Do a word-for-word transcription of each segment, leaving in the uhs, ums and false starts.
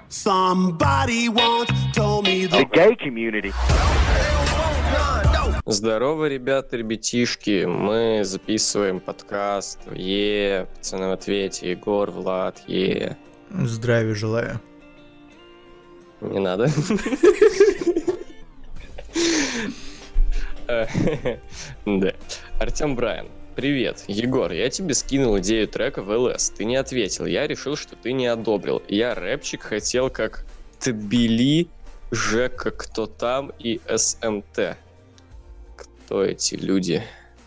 Somebody once told me the gay community. Здорово, ребята, ребятишки. Мы записываем подкаст. Е, пацаны в ответе. Егор, Влад, е. Здравия желаю. Не надо. Да. Артем Брайан. Привет, Егор, я тебе скинул идею трека в эл эс, ты не ответил, я решил, что ты не одобрил. Я рэпчик хотел как Тбили, Жека, кто там и эс эм тэ. Кто эти люди?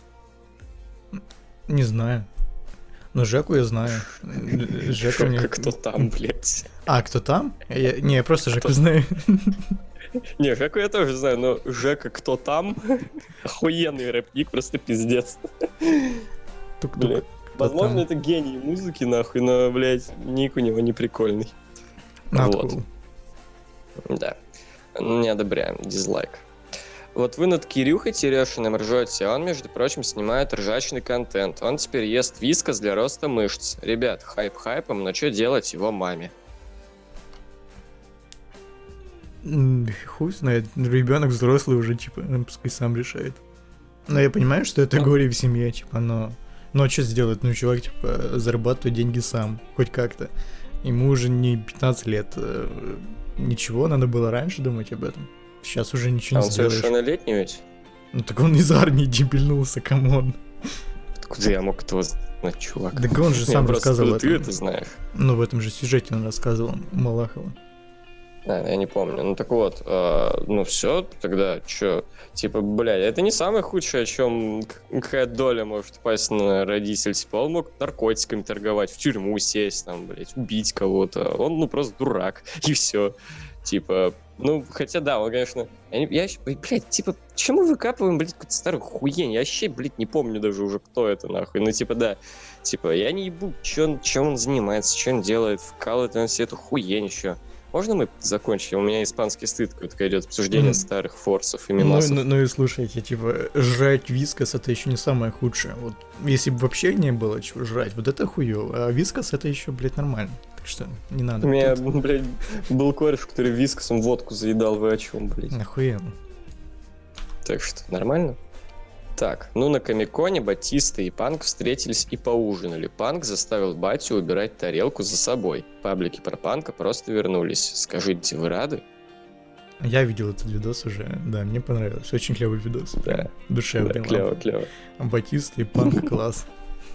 Не знаю. Но Жеку я знаю. Жека мне... кто там, блядь? А, кто там? Я... Не, я просто Жеку знаю. Не, Жеку я тоже знаю, но Жека кто там? Охуенный рэп-ник, просто пиздец. Блядь. Возможно, это гений музыки, нахуй, но, блядь, ник у него не прикольный. Вот. Да. Не одобряем, дизлайк. Вот вы над Кирюхой Терешиным ржете, а он, между прочим, снимает ржачный контент. Он теперь ест вискас для роста мышц. Ребят, хайп хайпом, но что делать его маме? Хуй знает, ребенок взрослый уже, типа, пускай сам решает. Но я понимаю, что это горе в семье, типа, но... Ну, а что сделать? Ну, чувак, типа, зарабатывает деньги сам, хоть как-то. Ему уже не пятнадцать лет. Ничего, надо было раньше думать об этом. Сейчас уже ничего а не сделаешь. Он совершеннолетний ведь? Ну, так он из армии дебильнулся, камон. Откуда я мог этого знать, чувак? Так он же сам рассказывал. Ты это знаешь. Ну, в этом же сюжете он рассказывал, Малахова. А, я не помню. Ну так вот, э, ну все, тогда что? Типа, блядь, это не самое худшее, о чем какая доля может упасть на родитель. Типа, он мог наркотиками торговать, в тюрьму сесть, там, блядь, убить кого-то. Он, ну, просто дурак, и все. Типа, ну, хотя да, он, конечно... Я, я блядь, типа, чему выкапываем, блядь, какую-то старую хуйню? Я вообще, блядь, не помню даже уже, кто это, нахуй. Ну, типа, да. Типа, я не ебу, чем он занимается, что он делает, вкалывает он себе эту хуйню еще. Можно мы закончим? У меня испанский стыд какой-то идет, обсуждение mm. старых форсов и мемасов. Ну, ну, ну и слушайте, типа, жрать вискас — это еще не самое худшее. Вот если бы вообще не было чего жрать, вот это хуёво. А вискас — это еще, блядь, нормально. Так что не надо. У меня, тут... блядь, был кореш, который вискасом водку заедал. Вы о чем, блядь? Охуенно. Так что, нормально? Так, ну на Комик-коне Батиста и Панк встретились и поужинали. Панк заставил батю убирать тарелку за собой. Паблики про Панка просто вернулись. Скажите, вы рады? Я видел этот видос уже, да, мне понравилось. Очень клевый видос. Да. Душевный. Да, клево, клево. Батиста и Панк класс.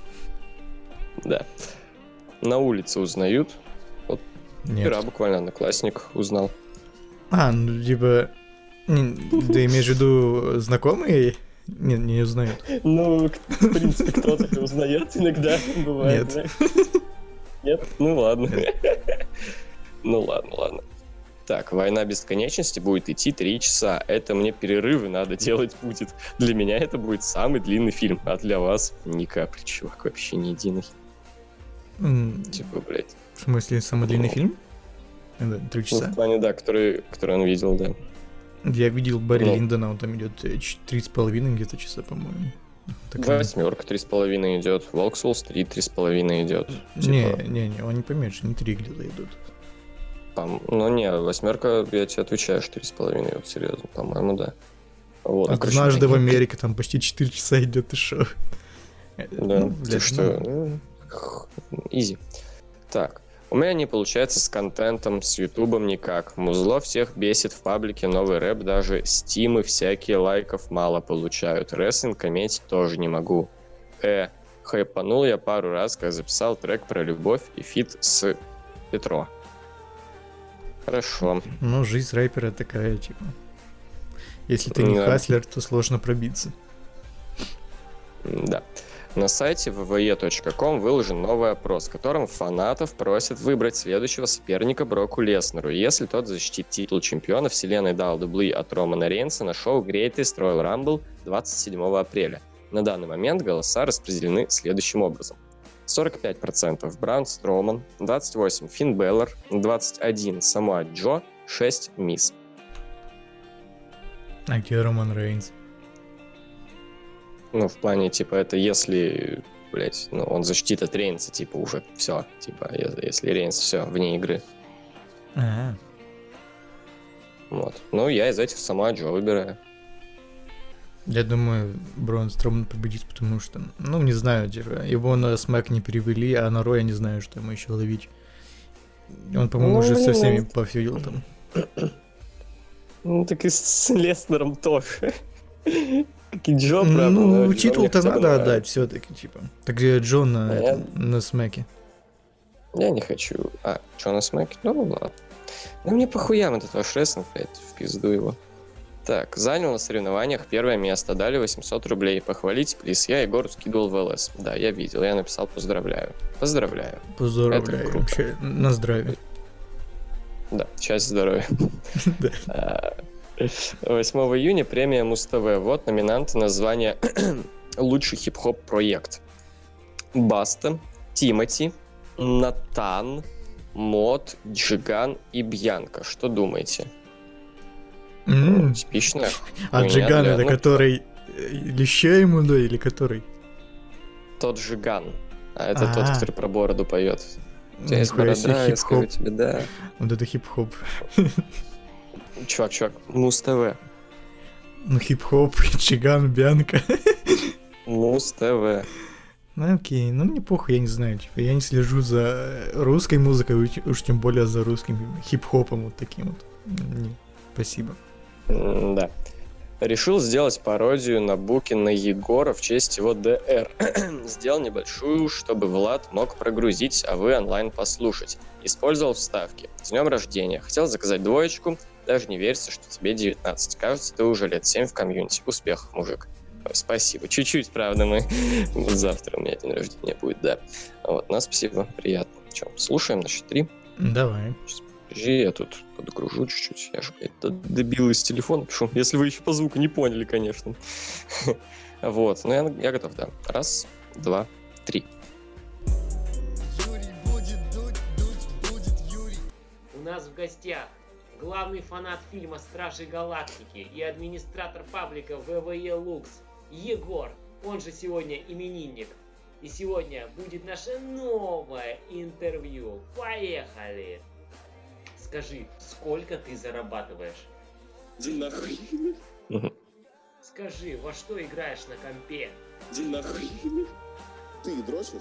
Да. На улице узнают. Вот вчера буквально одноклассник узнал. А, ну типа... Ты имеешь в виду знакомые? Не, не узнают. Ну, в принципе, кто-то и узнает иногда, бывает. Нет. Да? Нет? Ну ладно. Ну ладно, ладно. Так, «Война бесконечности» будет идти три часа. Это мне перерывы надо делать будет. Для меня это будет самый длинный фильм, а для вас ни капли, чувак, вообще не единый. Mm. Типа, блядь. В смысле, самый длинный ну. фильм? Это три часа? Ну, в плане, да, который, который он видел, да. Я видел Барри ну. Линдона, он там идет три с половиной где-то часа, по-моему. Такая... Восьмерка три с половиной идет, Волк с Уолл-стрит три с половиной идет. Не, типа... не, не, они поменьше, не три где-то идут. Там, ну не, восьмерка, я тебе отвечаю, четыре с половиной, вот серьезно, по-моему, да. Вот, однажды в Америке там почти четыре часа идет и шоу. Да, ну, ты что, изи. Так. У меня не получается с контентом, с ютубом никак. Музло всех бесит в паблике, новый рэп, даже стимы всякие лайков мало получают. Рестлинг комментить тоже не могу. Э, хайпанул я пару раз, как записал трек про любовь и фит с Петро. Хорошо. Ну, жизнь рэпера такая, типа. Если ты не да. хаслер, то сложно пробиться. Да. На сайте дабл ю дабл ю и точка ком выложен новый опрос, в котором фанатов просят выбрать следующего соперника Броку Леснеру, если тот защитит титул чемпиона вселенной дабл ю дабл ю и от Романа Рейнса на шоу Greatest Royal Rumble двадцать седьмого апреля. На данный момент голоса распределены следующим образом. сорок пять процентов Braun Strowman, двадцать восемь процентов Финн Беллар, двадцать один процент Самоа Джо, шесть процентов Мисс. А где Роман Рейнс? Ну, в плане, типа, это если, блять, ну, он защитит от Рейнса, типа, уже все, типа, если Рейнс все, вне игры. А, Вот. Ну, я из этих сама Джо выбираю. я думаю, Брон Строман победит, потому что, ну, не знаю, типа, его на Смэк не перевели, а на Ро я не знаю, что ему еще ловить. Он, по-моему, Ну, уже со блин, всеми ну. пофьюдил там. Ну, так и с Леснером тоже. Как и Джо, правда. но Ну, Джо мне титул-то хотя бы надо нравится. отдать все-таки, типа. Так где Джон на, А этом, я- на Смэке? Я не хочу. А, Джо на Смэке? Ну, ладно. Ну, мне похуям этот ваш рестлинг, блядь, в пизду его. Так, занял на соревнованиях первое место, дали восемьсот рублей. Похвалите, плиз. Я Егору скидывал в ЛС. Да, я видел, я написал поздравляю. Поздравляю. Это Поздравляю, круто. вообще, на здравие. Да, счастья, здоровья. Да. А, восьмого июня премия Муз-ТВ. Вот номинанты на звание «Лучший хип-хоп проект». Баста, Тимати, Натан, Мод, Джиган и Бьянка. Что думаете? М, Типичная А хуйня Джиган для- это ну, который э, леща ему, да, или который? Тот Джиган. А это тот, А. который про бороду поет. У тебя есть Нихуя себе, борода, я скажу хип-хоп. тебе, да. Вот это хип-хоп. Чувак, чувак, Муз-ТВ. Ну, хип-хоп, Джиган, Бьянка. Муз-ТВ. Ну, окей, ну мне похуй, я не знаю, типа, я не слежу за русской музыкой, уж- уж тем более за русским хип-хопом вот таким вот. Не, спасибо. М, Да. Решил сделать пародию на Букина Егора в честь его ДР. Сделал небольшую, чтобы Влад мог прогрузить, а вы онлайн послушать. Использовал вставки. С днем рождения. Хотел заказать двоечку. Даже не верится, что тебе девятнадцать. Кажется, ты уже лет семь в комьюнити. Успехов, мужик. Ой, спасибо. Чуть-чуть, правда, мы... Вот завтра у меня день рождения будет, да. Вот, ну, спасибо, приятно. Че, слушаем на счет три? Давай. Подожди, я тут подгружу чуть-чуть. Я же, блядь, дебил из телефона пишу. Если вы еще по звуку не поняли, конечно. Вот, ну я, я готов, да. Раз, два, три. У нас в гостях главный фанат фильма «Стражи Галактики» и администратор паблика вэ вэ е Lux Егор, он же сегодня именинник. И сегодня будет наше новое интервью. Поехали! Скажи, сколько ты зарабатываешь? Иди нахуй. Скажи, во что играешь на компе? Иди нахуй. Ты дрочишь?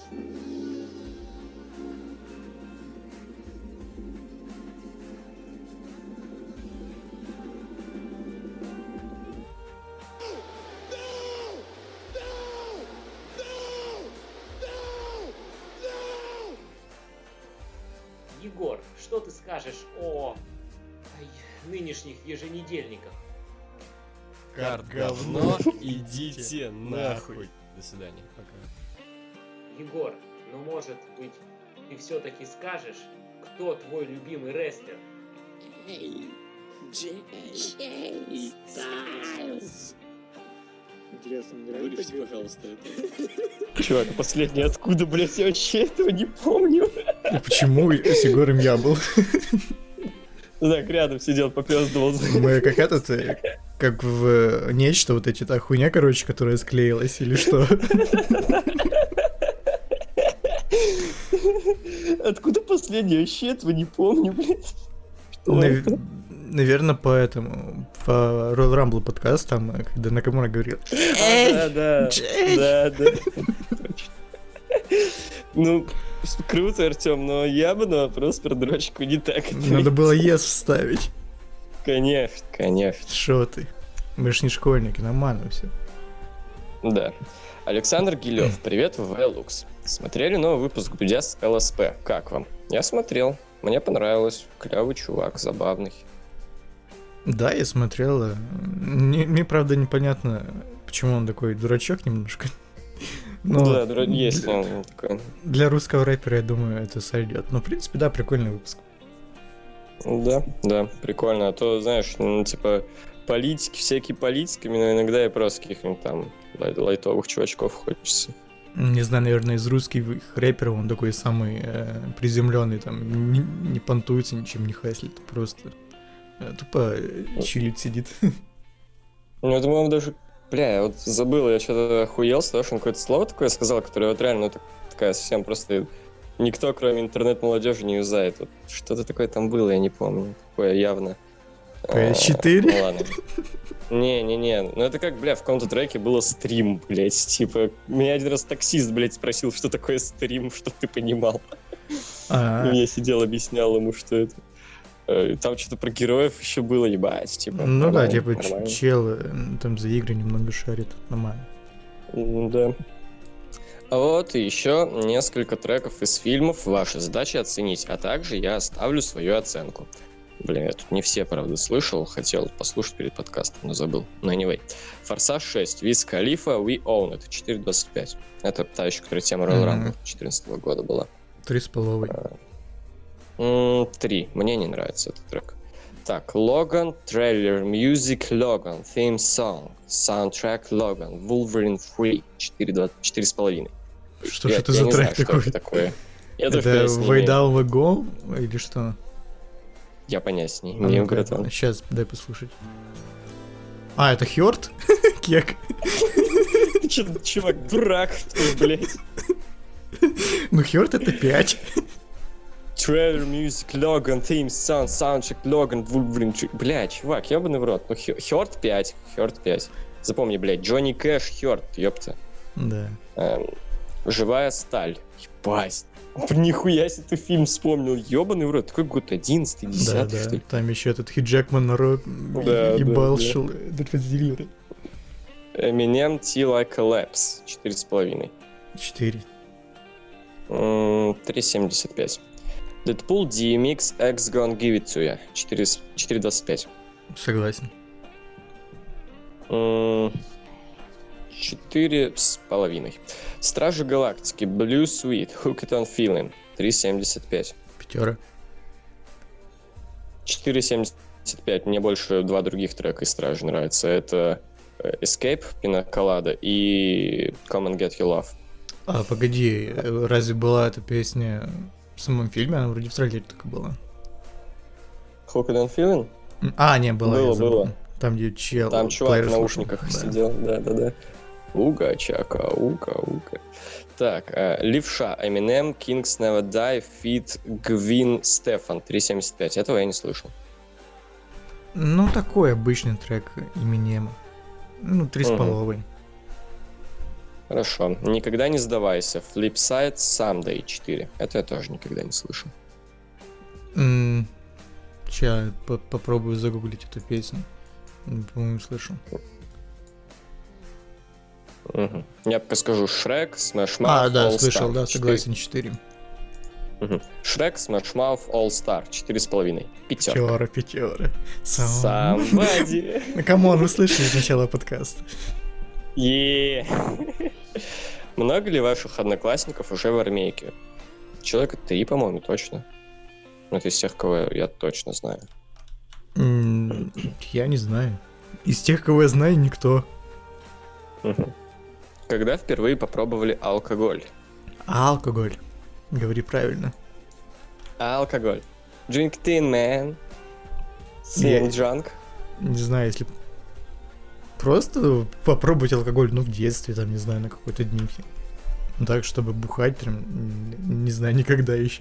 Егор, что ты скажешь о ай, нынешних еженедельниках? Карт говно, идите нахуй. До свидания, пока. Егор, ну может быть, ты все-таки скажешь, кто твой любимый рестлер? Интересно, вырежьте, пожалуйста, это. Чувак, последний откуда, блядь, я вообще этого не помню. И почему с Егором я был? Так, рядом сидел, попёздывал. Мы как этот, э, как в нечто, вот эти, та хуйня, короче, которая склеилась, или что? Откуда последний? Вообще этого не помню, блядь. Нав- Наверное, по этому, по Royal Rumble подкаст, там, э, когда Накамура говорил, Да, да, Джей! да, да. Точно. Ну, с- круто, Артем, но я бы на вопрос про дрочку не так Надо было ес вставить. Конечно, конечно. Шо ты? Мы ж не школьники, нормально все. Да. Александр Гилев, привет, вэ вэ е Lux. Смотрели новый выпуск Дудя с эл эс пэ. Как вам? Я смотрел. Мне понравилось. Клевый чувак, забавный. Да, я смотрел. э, Мне, мне, правда, непонятно, почему он такой дурачок немножко. Но да, дура- есть для, он такой. для русского рэпера, я думаю, это сойдет. Но, в принципе, да, прикольный выпуск. Да, да, прикольно. А то, знаешь, ну, типа, политики, всякие политиками, но иногда и просто каких-нибудь там лай- лайтовых чувачков хочется. Не знаю, наверное, из русских рэперов он такой самый э, приземленный, там, не, не понтуется, ничем не хаслит, просто э, тупо э, чилит, сидит. Ну, я думаю, он даже... Бля, я вот забыл, я что-то охуел с того, что он какое-то слово такое сказал, которое вот реально ну, так- такая совсем просто никто, кроме интернет-молодежи, не юзает. Вот что-то такое там было, я не помню. Такое явно. пи эс четыре? А, ну ладно. Не-не-не, ну это как, бля, в каком-то треке было стрим, блядь, типа, меня один раз таксист, блядь, спросил, что такое стрим, что ты понимал. А, Я сидел, объяснял ему, что это. Э, Там что-то про героев еще было, ебать, типа. ну да, нормально, типа нормально. чел э, там за игры немного шарит. Нормально. М, Да. А вот и еще несколько треков из фильмов. Ваша задача оценить, а также я оставлю свою оценку. Блин, я тут не все, правда, слышал. Хотел послушать перед подкастом, но забыл. Но anyway. «Форсаж шесть», Виз Халифа, We Own It, четыре двадцать пять. Это та еще, которая тема Royal Rumble две тысячи четырнадцатого года была. Три с половой. М, Три. Мне не нравится этот трек. Так, Логан, трейлер, music, Логан, theme song, soundtrack, Логан, Wolverine три, четыре, два- четыре с половиной. Что Я- ж это я за не трек знаю, что такой? это такое. Я тоже Это понятия не Way имею. Down the Go или что? Я понятия не А имею, ну-ка, братан. сейчас, дай послушать. А, это Хёрд? Кек. Чё, чувак, дурак, ты, блядь. Ну, Хёрд это пять. Трейлер, music, Логан, theme song, soundtrack, Логан, Wolverine три. Блядь, чувак, ебаный в рот. Ну, Хёрд пять, Хёрд пять. Запомни, блядь, Джонни Кэш, Хёрд, ёпта. Да. Эм, Живая сталь. Ебать. Нихуя себе ты фильм вспомнил. Ёбаный в рот. Какой год? одиннадцатый, Да, десятый, что да. ли? Там еще этот Хью Джекман на рот Да, ебал да, да. шел. Дельфазилеры. Eminem, Till I Collapse. Четыре с половиной. Четыре. три семьдесят пять. Deadpool, ди эм икс, X Gonna Give It To Ya. четыре двадцать пять. Согласен. Четыре с половиной. Стражи Галактики, Blue Sweet, Hook It On Feeling. три семьдесят пять. Пятера. четыре семьдесят пять. Мне больше два других трека из Стражи нравятся. Это э, Escape, Пинаколада и Come and Get Your Love. А, погоди, э, разве была эта песня в самом фильме? Она вроде в трейлере только была. Hook It On Feeling? М, А, не, была, Было, я забыл. было. Там, где чел... Там чувак плеер в слушал. наушниках Да. сидел. Да-да-да. Уга, чака, ука, ука. Так, э, Левша, Eminem, Kings Never Die, Feat, Гвин, Стефан, три семьдесят пять. Этого я не слышал. Ну, такой обычный трек Eminem. Ну, три с Мгм. половой. Хорошо. Никогда не сдавайся. Flipside, Someday, четыре. Это я тоже никогда не слышал. М, Ща по- попробую загуглить эту песню. М, По-моему, слышал. Мгм. Я пока скажу Шрек, Smash Mouth, А, да, All слышал, Star, да, четыре. согласен, четыре. Мгм. Шрек, Smash Mouth, All Star, четыре с половиной. Пятерка. Пятера, пятера. Сам. Somebody. Ну, камон, вы слышали начало подкаста. Е. Много ли ваших одноклассников уже в армейке? Человека три, по-моему, точно. Ну, это из тех, кого я точно знаю. М, Я не знаю. Из тех, кого я знаю, никто. Мгм. Когда впервые попробовали алкоголь? А алкоголь? Говори правильно. Алкоголь. Drink it in, man. Я- Sing drunk. Не знаю, если просто попробовать алкоголь, ну, в детстве, там, не знаю, на какой-то днюхе. Ну, так, чтобы бухать, прям, м, не знаю, никогда еще.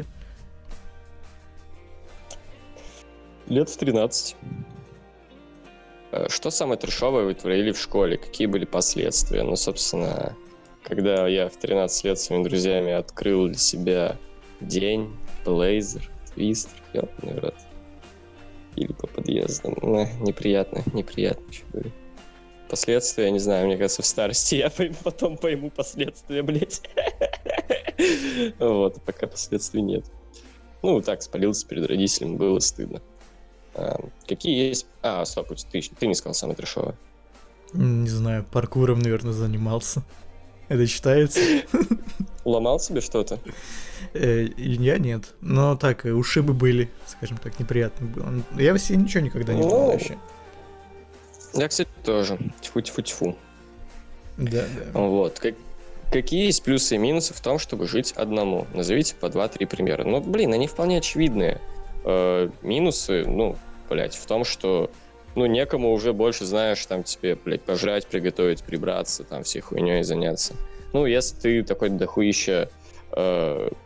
Лет в тринадцать. Э, Что самое трешовое вы творили в школе? Какие были последствия? Ну, собственно, когда я в тринадцать лет своими друзьями открыл для себя день, блейзер, твистер, ёбаный в рот. Или по подъездам. Ну, неприятно, неприятно, что говорю. Последствия, я не знаю, мне кажется, в старости я пойму- потом пойму последствия, блядь. Вот, а пока последствий нет. Ну, так, спалился перед родителями, было стыдно. А, какие есть... А, стоп, ты, ты не сказал самое трешовое. М, Не знаю, паркуром, наверное, занимался. Это считается? Ломал себе что-то? Э, Я нет. Но так, э, ушибы были, скажем так, неприятно было. Я вообще ничего никогда не Ну, брал вообще. Я, кстати, тоже. Тьфу-тьфу-тьфу. Да, да. Вот. Как- какие есть плюсы и минусы в том, чтобы жить одному? Назовите по два-три примера. Ну, блин, они вполне очевидные. Э, минусы, ну, блядь, в том, что ну, некому уже больше, знаешь, там тебе, блядь, пожрать, приготовить, прибраться, там, всей хуйней заняться. Ну, если ты такой дохуища э,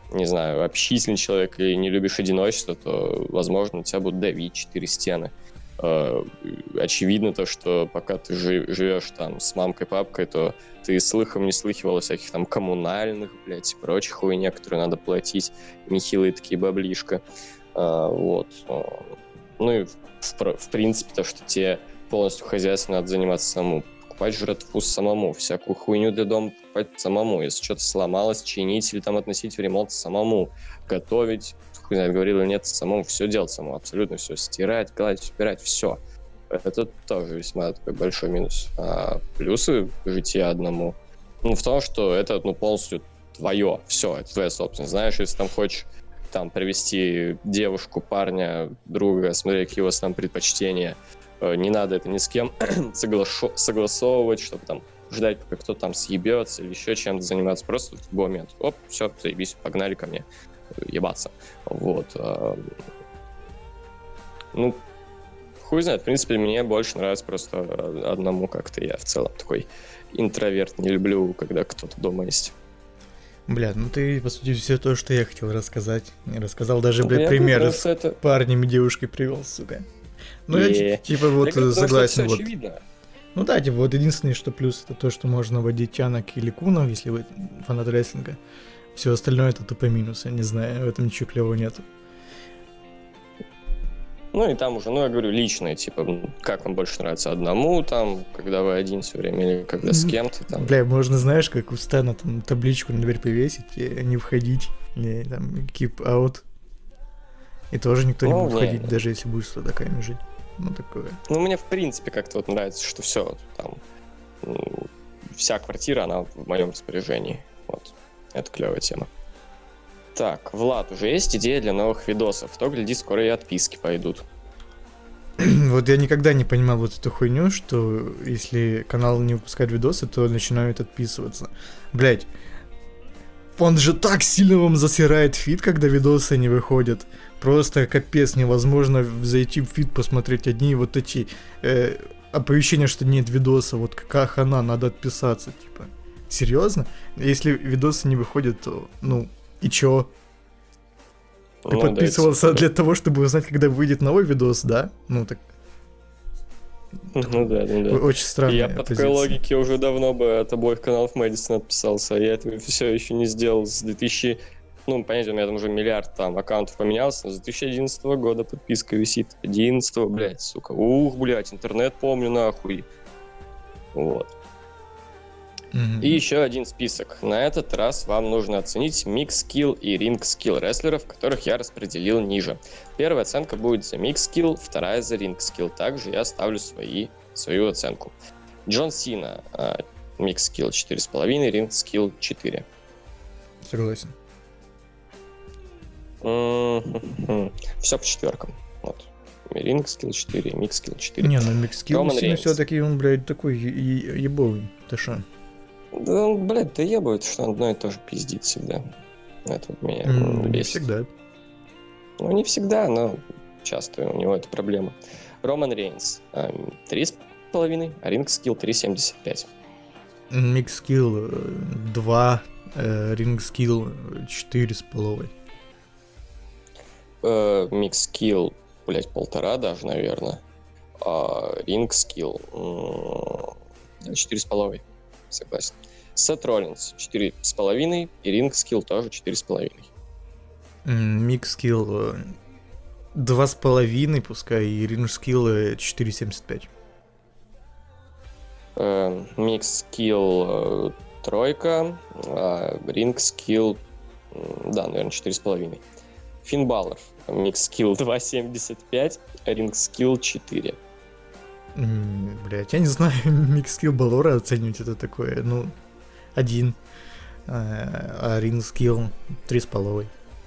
не знаю, общительный человек и не любишь одиночество, то, возможно, тебя будут давить четыре стены. Э, очевидно то, что пока ты жи- живешь там с мамкой, папкой, то ты слыхом не слыхивал о всяких там коммунальных, блядь, и прочих хуйня, которые надо платить, нехилые такие баблишко. Э, вот. Ну и в, в, в принципе то, что тебе полностью хозяйством надо заниматься самому. Покупать жратву самому, всякую хуйню для дома покупать самому. Если что-то сломалось, чинить или там относить в ремонт самому. Готовить, хуй знает, говорил или нет, самому все делать самому, абсолютно все. Стирать, гладить, убирать, все. Это тоже весьма такой большой минус. А плюсы жития одному, ну, в том, что это, ну, полностью твое, все, это твоя собственность. Знаешь, если там хочешь там привести девушку, парня, друга, смотреть какие у вас там предпочтения, не надо это ни с кем соглашо- согласовывать, чтобы там ждать, пока кто-то там съебется или еще чем-то заниматься. Просто в любой момент. Оп, все, заебись, погнали ко мне ебаться. Вот. Ну, хуй знает. В принципе, мне больше нравится просто одному как-то. Я в целом такой интроверт. Не люблю, когда кто-то дома есть. Бля, ну ты, по сути, все то, что я хотел рассказать. Не рассказал даже, блядь, Я пример думаю, с что это... парнем и девушкой привел, сука. Ну, я Е. ти- типа вот Так это согласен, всё вот. очевидно. Ну да, типа вот единственное, что плюс, это то, что можно водить тянок или кунов, если вы фанат рестлинга. Все остальное это тупо минусы, не знаю, в этом ничего клевого нету. Ну и там уже, ну я говорю, личное, типа, м, как вам больше нравится, одному там, когда вы один все время, или когда с Мгм. кем-то там. Бля, можно, знаешь, как у Стана там табличку на дверь повесить, и не входить, или там keep out. И тоже никто не Ну, будет не, входить, не. даже если будешь с родаками жить. Ну такое. Ну, мне, в принципе, как-то вот нравится, что все, там, м, вся квартира, она в моем распоряжении. Вот. Это клевая тема. Так, Влад, уже есть идея для новых видосов? То, гляди, скоро и отписки пойдут. Вот я никогда не понимал вот эту хуйню, что если канал не выпускает видосы, то начинают отписываться. Блять, он же так сильно вам засирает фид, когда видосы не выходят. Просто капец, невозможно зайти в фид, посмотреть одни вот эти э, оповещения, что нет видоса, вот какая хана, надо отписаться, типа. Серьезно? Если видосы не выходят, то, ну, и чё? Ты Ну, да, подписывался это- для того, чтобы узнать, когда выйдет новый видос, да? Ну, так Ну да, ну да. очень странная Я по такой позиция. логике уже давно бы от обоих каналов Мэдисона отписался, а я этого все еще не сделал с две тысячи... Ну, понятно, у меня там уже миллиард там аккаунтов поменялся, но с две тысячи одиннадцатого года подписка висит. одиннадцатого, блядь, сука. Ух, блядь, интернет помню нахуй. Вот. Мгм. И еще один список. На этот раз вам нужно оценить микс-скилл и ринг-скилл рестлеров, которых я распределил ниже. Первая оценка будет за микс-скилл, вторая за ринг-скилл. Также я ставлю свои, свою оценку. Джон Сина, а, микс-скилл четыре с половиной, ринг-скилл четыре. Согласен. Все по четверкам. Вот. Ринг-скилл четыре, микс-скилл четыре. Не, ну микскилл Роман Рейнс. все-таки он, блядь, такой е- е- ебовый. Ты шо? Да он, блядь, да ебает, что он одно и то же пиздит всегда. Это вот меня М, Не бесит. всегда. Ну, не всегда, но часто у него это проблема. Роман Рейнс три с половиной, а ринг-скилл три семьдесят пять. Микскилл два, рингскилл четыре с половой. Микс-скилл, блядь, полтора даже, наверное. А ринг-скилл четыре с половиной. Согласен. Сет Роллинс четыре с половиной, и ринг-скилл тоже четыре с половиной. Микскилл два с половиной, пускай, и рингскилл четыре семьдесят пять. Микс-скилл тройка, а ринг-скилл, м, да, наверное, четыре с половиной. Финн Баллер, микс-скилл два семьдесят пять, а ринг-скилл четыре. Блять, я не знаю, микскилл Балора оценивать это такое, ну, один, а рингскилл три с половой.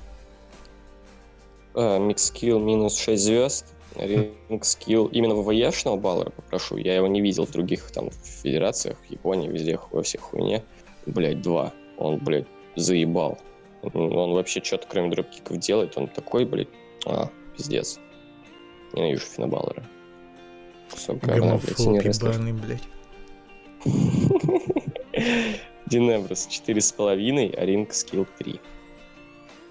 Микс-скилл минус шесть звезд, ринг-скилл именно ВВЕшного Баллера попрошу, я его не видел в других там федерациях, в Японии, везде, во всех хуйне. Блять, два. Он, блядь, заебал. Он вообще что-то кроме дропкиков делает, он такой, блядь, а, пиздец. Ненавижу Финна Баллера. Кусок говна, блядь, Гомофоб не рестлер. ебаный, блядь. Динебрус четыре с половиной, а ринг скилл три.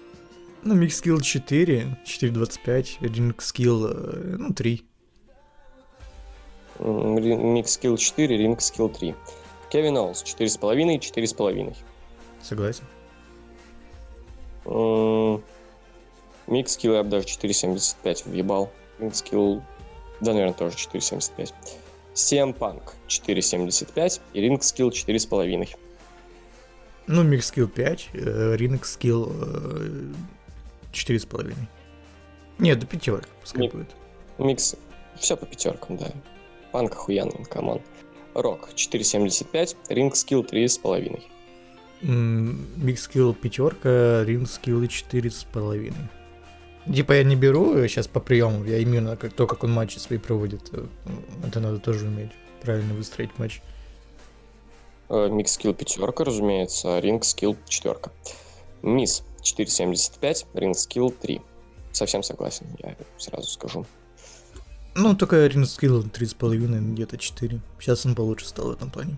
Ну, микс-скилл четыре, четыре двадцать пять, ринг-скилл, э, ну, три. Микс-скилл четыре, ринг-скилл три. Кевин Оуэнс четыре с половиной, четыре с половиной. Согласен. Микс-скилл я бы даже четыре семьдесят пять въебал. Ринг-скилл, да, наверное, тоже четыре семьдесят пять. си эм Punk четыре семьдесят пять и ринг-скилл четыре с половиной. Ну, микс-скилл пять, э, ринг-скилл э, четыре с половиной. Нет, до пятерок пускай Ми- будет. Микс, все по пятеркам, да. Панк охуенный, камон. Рок четыре семьдесят пять, ринг-скилл три с половиной. М, Микс-скилл пятерка, ринг-скилл четыре с половиной. Типа я не беру сейчас по приему, я именно как то, как он матчи свои проводит. э, Это надо тоже уметь правильно выстроить матч. Микс-скилл пятерка, разумеется, ринг-скилл четверка. Мисс четыре семьдесят пять, ринг-скилл три. Совсем согласен, я сразу скажу. Ну, только ринг-скилл три с половиной, где-то четыре. Сейчас он получше стал в этом плане.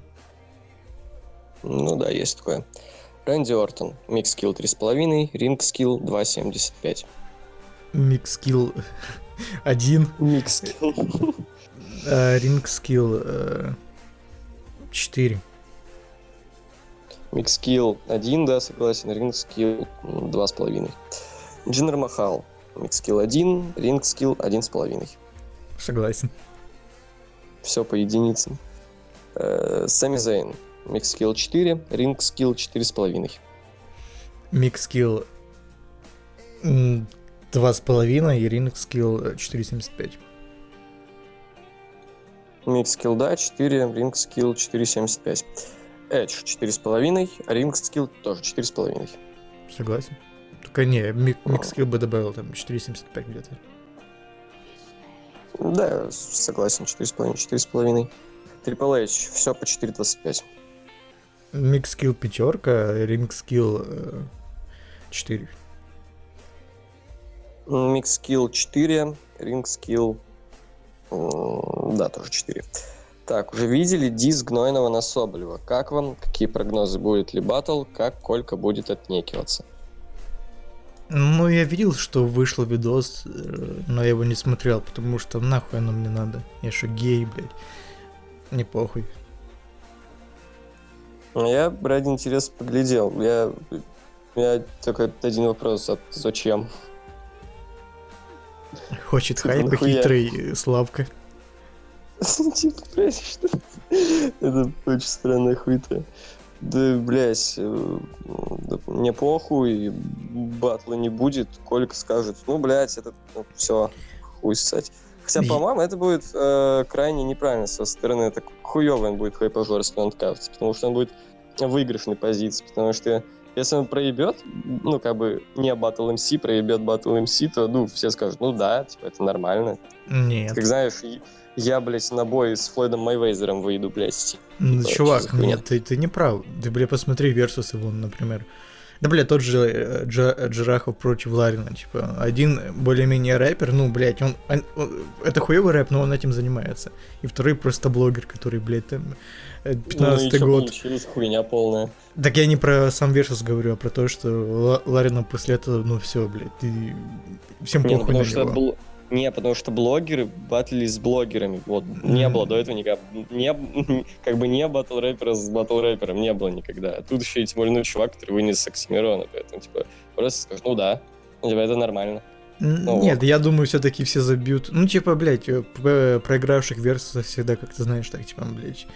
Ну да, есть такое. Рэнди Ортон, микс-скилл три с половиной, ринг-скилл два семьдесят пять. Микс-скилл один, Микс-скилл. а ринг-скилл э, четыре. Микс-скилл один, да, согласен, ринг-скилл два с половиной. Джиннер Махал, микс-скилл один, ринг-скилл один с половиной. Согласен. Все по единицам. Э, Сами Зейн, микс-скилл четыре, ринг-скилл четыре с половиной. Микс-скилл м, два с половиной и ринг-скилл четыре семьдесят пять. Микс-скилл, да, четыре, ринг-скилл четыре семьдесят пять. Эдж четыре с половиной, ринг-скилл тоже четыре с половиной. Согласен. Только не, мик- микс-скилл бы добавил там четыре семьдесят пять где-то. Да, согласен, четыре с половиной, четыре с половиной. Трипл Эйч, все по четыре двадцать пять. Микс-скилл пятерка, ринг-скилл э, четыре. Микс-скилл четыре, ринг-скилл, м, да, тоже четыре. Так, уже видели дис Гнойного на Соболева. Как вам? Какие прогнозы? Будет ли батл? Как Колька будет отнекиваться? Ну, я видел, что вышел видос, э, но я его не смотрел, потому что нахуй оно мне надо. Я что, гей, блядь. Не похуй. Я ради интереса поглядел. Я, у меня только один вопрос. А зачем? Хочет Типа, хайпа нахуя? хитрый э, Славка. Типа, блядь, что? Это очень странная хуйта. Да, блядь, э, да мне похуй, батла не будет, Колька скажет, ну, блядь, это ну, все, хуй ссать. Хотя, И- по-моему, это будет э, крайне неправильно со стороны, это хуёвый он будет хайпажор, если он откажется, потому что он будет в выигрышной позиции, потому что если он проебет, ну, как бы не батл эм си, проебет батл эм си, то, ну, все скажут, ну, да, типа, это нормально. Нет. Как знаешь, я, блядь, на бой с Флойдом Майвезером выйду, блядь. Ну, Типа, чувак, что за хуйня? нет, ты, ты не прав. Ты, бля, посмотри версусы вон, например. Да, бля, тот же э, Джа- Джирахов против Ларина, типа, один более-менее рэпер, ну, блядь, он, он- он- это хуёвый рэп, но он этим занимается. И второй просто блогер, который, блядь, там, э, пятнадцатый ну, и чё год. получилось? Хуйня полная. Так я не про сам версус говорю, а про то, что Ла- Ларина после этого, ну, все, блядь, ты... всем Не, ну, похуй на потому что него. бл- не, потому что блогеры батлились с блогерами. Вот, не Мгм. было до этого никогда. Не, как бы не батл рэпера с батл рэпером не было никогда. А тут еще и тем более, ну, чувак, который вынес Оксимирона, поэтому, типа, просто скажешь, ну да, ну, типа, это нормально. Н- Ну, Нет, вот. я думаю, все-таки все забьют. Ну, типа, блядь, э, п- проигравших версусов всегда, как ты знаешь, так, типа, блядь,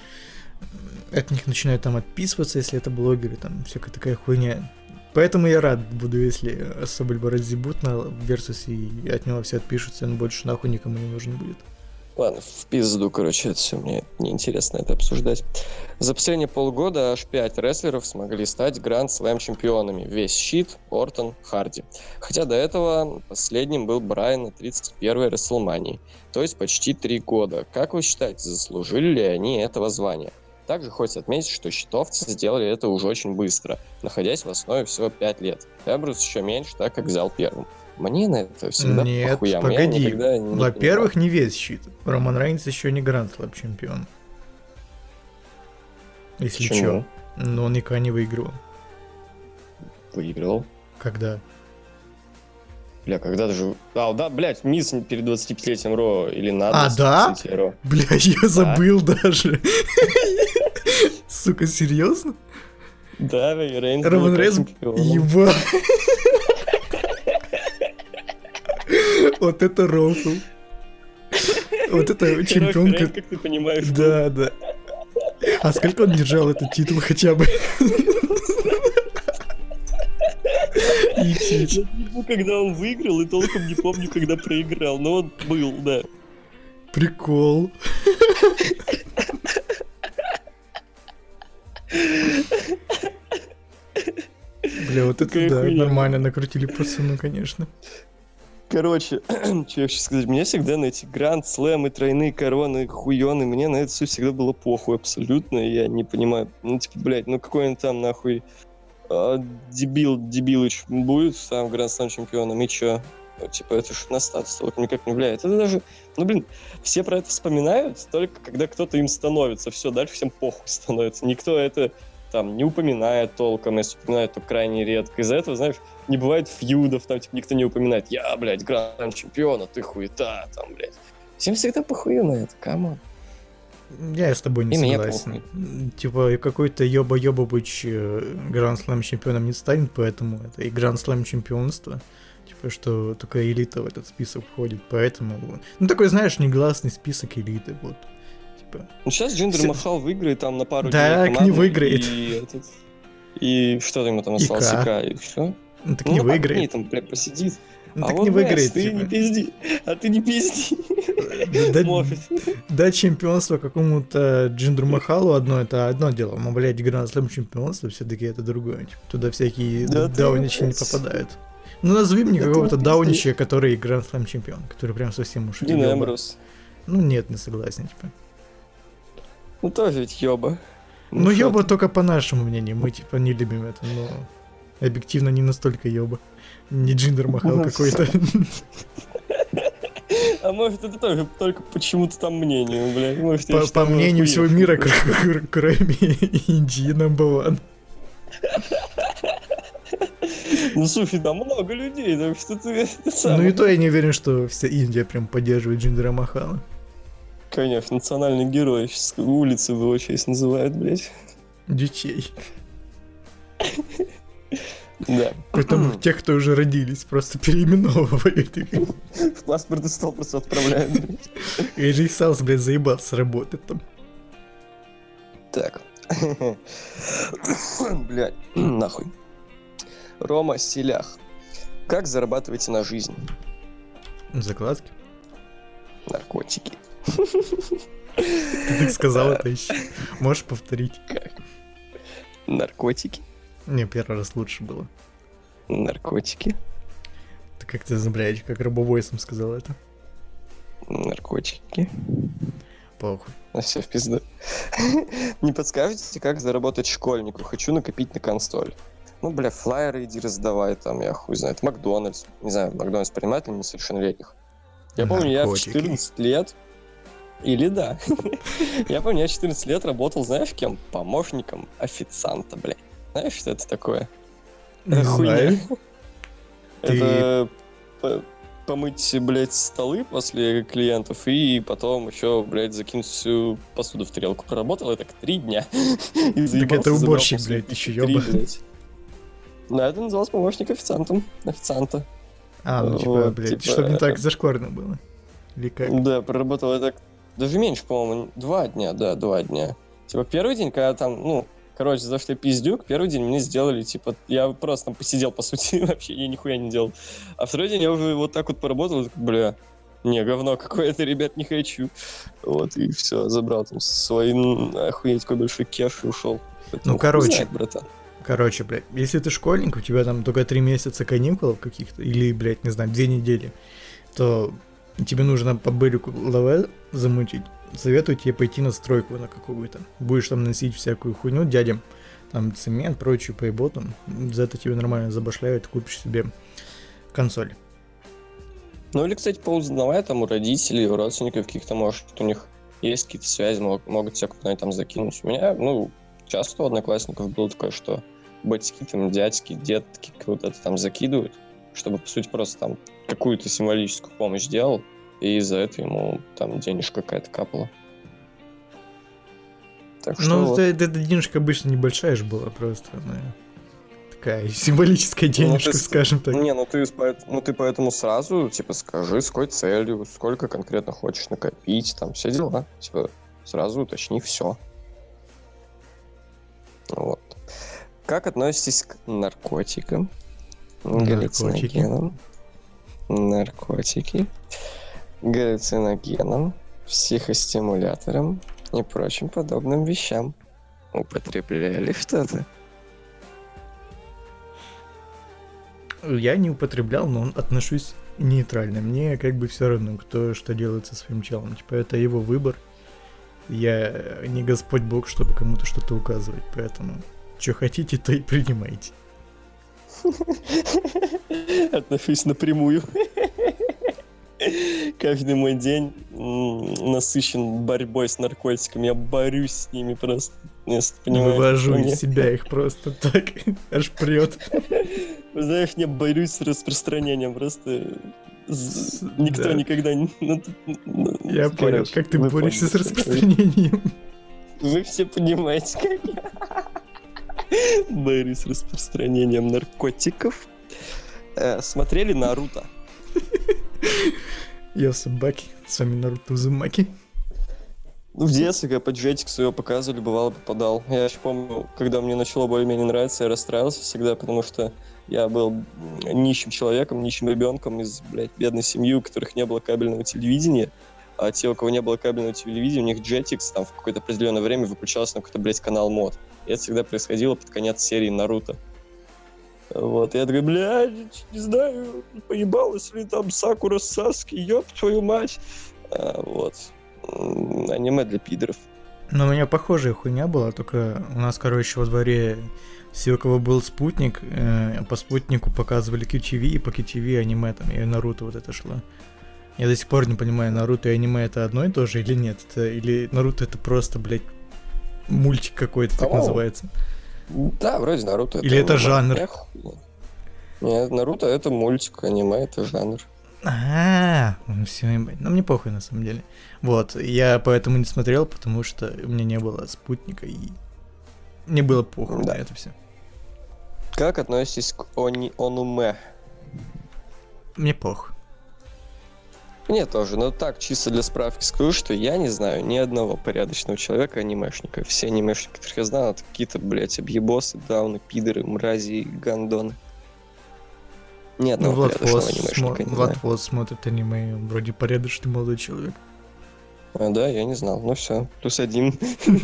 от них начинают там отписываться, если это блогеры, там, всякая такая хуйня. Поэтому я рад буду, если Соболь разъебут на версусе, и от него все отпишутся, и он больше нахуй никому не нужен будет. Ладно, в пизду, короче, это все, мне неинтересно это обсуждать. За последние полгода аж пять рестлеров смогли стать Гранд-слэм чемпионами. Весь щит, Ортон, Харди. Хотя до этого последним был Брайан на тридцать первой Рестлмании. То есть почти три года. Как вы считаете, заслужили ли они этого звания? Также хочется отметить, что щитовцы сделали это уже очень быстро, находясь в основе всего пять лет. Эбрус еще меньше, так как взял первым. Мне на это всегда Нет, похуям. Я погоди. никогда не Во-первых, не весь щит. Роман Рейнс еще не Гранд-слэм чемпион. Если Почему? чё. Но он никогда не выигрывал. выиграл. Когда? Бля, когда же... А, да, блядь, мисс перед двадцатипятилетием Ро или на А, да? двадцатипятилетие Ро. Бля, я забыл даже. Сука, серьезно? Да, Рейнс был Роман Рейнс, чемпионом. еба. Вот это рофл. Вот это чемпионка. Рейнс, как ты понимаешь. Да, да. А сколько он держал этот титул хотя бы? Я не помню, когда он выиграл, и толком не помню, когда проиграл. Но он был, да. Прикол. Бля, вот это Какая да, хуйня. нормально накрутили пацану, конечно. Короче, что я хочу сказать, мне всегда на эти гранд-слэмы, тройные короны, хуёны, мне на это все всегда было похуй абсолютно, я не понимаю, ну типа, блядь, ну какой он там нахуй а, дебил, дебилыч будет там гранд-слэм чемпионом, и чё? Ну, типа, это ж на статус только никак не влияет. Это даже, ну блин, все про это вспоминают, только когда кто-то им становится, все, дальше всем похуй становится, никто это там не упоминает толком, если упоминает, то крайне редко. Из-за этого, знаешь, не бывает фьюдов, там, типа, никто не упоминает. Я, блядь, гранд-чемпион, а ты хуета, там, блядь. Всем всегда похую на это, камон. Я с тобой не И мне согласен. Типа, какой-то ёба-ёбабыч гранд-слэм чемпионом не станет, поэтому это и гранд-слэм чемпионство. Типа, что только элита в этот список входит, поэтому... Ну, такой, знаешь, негласный список элиты, вот. Типа... Ну, сейчас Джиндер Все- Махал выиграет там на пару Да, дней к не команды, выиграет. И, этот, и что ему там И осталось? К. ИК, и все. Ну, так Ну, не на пару дней выиграет. там, блядь, посидит. Ну, а так вот, не Нэс, выиграет, ты типа. не пизди. А ты не пизди. Да- Может. Да, чемпионство какому-то Джиндеру Махалу одно, это одно дело. Но, блядь, гранд-слэм чемпионство все-таки это другое. Типа, туда всякие Да ты, дауничи не блядь. попадают. Ну, назови мне Да ты какого-то пизди. даунича, который гранд-слэм чемпион, который прям совсем уж Дин ёба. Эмбрус. Ну, нет, не согласен, типа. Ну, тоже ведь ёба. Ну, что ёба ты? только по нашему мнению, мы, типа, не любим это, но объективно не настолько ёба. Не Джиндер Махал Ну, какой-то. А может, это тоже только почему-то там мнению, блядь. Может, я По, по считаю, мнению всего охуевший мира, просто. кр- кр- кроме Индии, number one. Ну, слушай, там много людей, так что ты... это самое. Ну и то я не уверен, что вся Индия прям поддерживает Джиндера Махала. Конечно, национальный герой. Сейчас улицы в его честь называют, блядь. Детей. Да. Поэтому тех, кто уже родились, просто переименовывают их. В паспортный стол просто отправляют, блядь. Эйджей Сайлз, блядь, заебался работать там. Так. Блядь, нахуй. Рома Стилях. Как зарабатываете на жизнь? Закладки. Наркотики. Ты так сказал это еще. Можешь повторить? Наркотики. Не, первый раз лучше было. Наркотики. Ты как-то, блядь, как робовойсом сказал это. Наркотики. Похуй. А все в пизду. Не подскажете, как заработать школьнику? Хочу накопить на консоль. Ну, бля, флайеры иди раздавай, там, я хуй знает. Макдональдс. Не знаю, Макдональдс принимает ли несовершеннолетних? Я помню, я в Наркотики. четырнадцать лет... Или да. Я помню, я в четырнадцать лет работал, знаешь, кем? Помощником официанта, блядь. Знаешь, что это такое? Не Это хуйня. знаю. Это по- помыть, блядь, столы после клиентов и потом еще, блядь, закинуть всю посуду в тарелку. Проработал я так три дня. И заебался, это забрал уборщик, после блядь, еще три, ёба. блядь. Да, это называлось помощник официантом. Официанта. А, ну типа, Вот, блядь, типа, чтобы не так это- зашкварно было. Или как? Да, проработал я так даже меньше, по-моему, два дня, да, два дня. Типа первый день, когда там, ну, короче, за то, что я пиздюк, первый день мне сделали, типа, я просто там посидел, по сути, вообще я нихуя не делал. А второй день я уже вот так вот поработал, и такой, бля, не, говно какое-то, ребят, не хочу. Вот, и все, забрал там свой, м, охуеть, какой большой кеш и ушел. Поэтому Ну, хуй короче. знает, братан. Короче, блядь, если ты школьник, у тебя там только три месяца каникулов каких-то, или, блядь, не знаю, две недели, то тебе нужно по бырику лаве замутить. Советую тебе пойти на стройку на какую-то. Будешь там носить всякую хуйню дядям, там цемент, прочую поеботу. За это тебе нормально забашляют, купишь себе консоль. Ну, или, кстати, поузнавай там у родителей, у родственников каких-то, может, у них есть какие-то связи, мог- могут тебя куда-нибудь там закинуть. У меня, ну, часто у одноклассников было такое, что батьки, там, дядьки, детки вот это там закидывают, чтобы, по сути, просто там какую-то символическую помощь делал, и за это ему там денежка какая-то капала. Так что Ну, вот. эта денежка обычно небольшая же была, просто она такая символическая денежка, Ну, ты, скажем так. Не, ну ты, ну ты поэтому сразу, типа, скажи, с какой целью, сколько конкретно хочешь накопить, там, все дела. Типа, сразу уточни все. Вот. Как относитесь к наркотикам, галлюциногенам, наркотики, галлюциногенам, психостимуляторам и прочим подобным вещам? Употребляли что-то? Я не употреблял, но отношусь нейтрально. Мне как бы все равно, кто что делает со своим телом. Типа, это его выбор. Я не Господь Бог, чтобы кому-то что-то указывать. Поэтому, что хотите, то и принимайте. Отношусь напрямую. Каждый мой день насыщен борьбой с наркотиками. Я борюсь с ними просто. Если понимаешь, Вывожу мне... из себя их просто так, аж прет. Знаешь, я борюсь с распространением. Просто С... никто да. никогда не... Я понял, как ты борешься с распространением. Вы все понимаете, как я борюсь с распространением наркотиков. Смотрели Наруто? Я собаки, с вами Наруто Узумаки. Ну, в детстве, когда по джетиксу его показывали, бывало попадал. Я еще помню, когда мне начало более-менее нравиться, я расстраивался всегда, потому что я был нищим человеком, нищим ребенком из, блядь, бедной семьи, у которых не было кабельного телевидения. А те, у кого не было кабельного телевидения, у них джетикс там в какое-то определенное время выключался на какой-то, блядь, канал мод. И это всегда происходило под конец серии Наруто. Вот, и я такой, блядь, не знаю, поебалась ли там Сакура Саски, ёб твою мать. А, вот. Аниме для пидоров. Но у меня похожая хуйня была, только у нас, короче, во дворе все, у кого был спутник, э, по спутнику показывали кью ти ви, и по кью ти ви аниме там, и Наруто вот это шло. Я до сих пор не понимаю, Наруто и аниме это одно и то же или нет? Это, или Наруто это просто, блядь, мультик какой-то, так О, называется? Да, вроде Наруто. Или это, это жанр? Эх, нет, Наруто это мультик, аниме это жанр. А, ну все, ебать. Ну мне похуй на самом деле. Вот, я поэтому не смотрел, потому что у меня не было спутника, и мне было похуй да. на это все. Как относитесь к они... онуме? Мне похуй. Мне тоже, но так, чисто для справки скажу, что я не знаю ни одного порядочного человека анимешника. Все анимешники, которых я знаю, это какие-то, блядь, объебосы, дауны, пидоры, мрази, гандоны. Ни одного ну, Влад порядочного Фос анимешника смо... не Влад знаю. Фос смотрит аниме, вроде порядочный молодой человек. А, да, я не знал. Ну все, плюс один.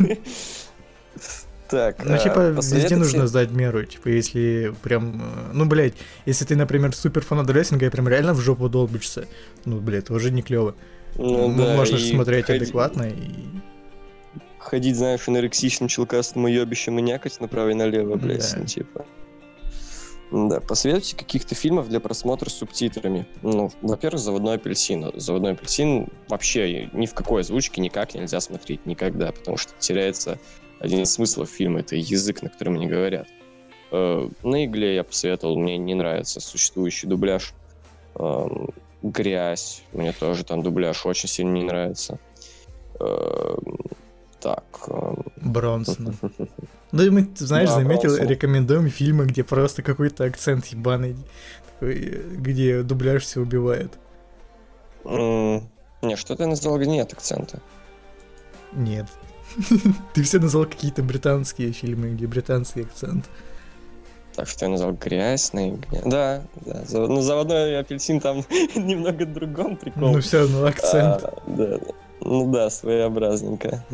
Так, Ну, типа, везде нужно сдать меру, типа, если прям, ну, блядь, если ты, например, супер фанат рестлинга и прям реально в жопу долбишься, ну, блядь, уже не клево. Ну, ну, да, можно же смотреть ходить, адекватно и... Ходить, знаешь, анорексичным, челкастым и ёбищем и някать направо и налево, блядь, да. ну, типа... Да, посоветуйте каких-то фильмов для просмотра с субтитрами. Ну, во-первых, «Заводной апельсин». «Заводной апельсин» вообще ни в какой озвучке никак нельзя смотреть, никогда, потому что теряется один из смыслов фильма, это язык, на котором они говорят. Э, на «Игле» я посоветовал, мне не нравится существующий дубляж. Э, «Грязь», мне тоже там дубляж очень сильно не нравится. Э, так... Э... Бронсон. Ну и мы, знаешь, Да, заметил, Бронсон. Рекомендуем фильмы, где просто какой-то акцент ебаный, такой, где дубляж все убивает. Mm, не, что ты назвал, где нет акцента? Нет. Ты все назвал какие-то британские фильмы, где британский акцент. Так что я назвал «Грязь» на «Игле». Да, да. Зав... Ну, «Заводной апельсин» там немного другом прикол. Ну все равно акцент. А, да, да. Ну да, своеобразненько.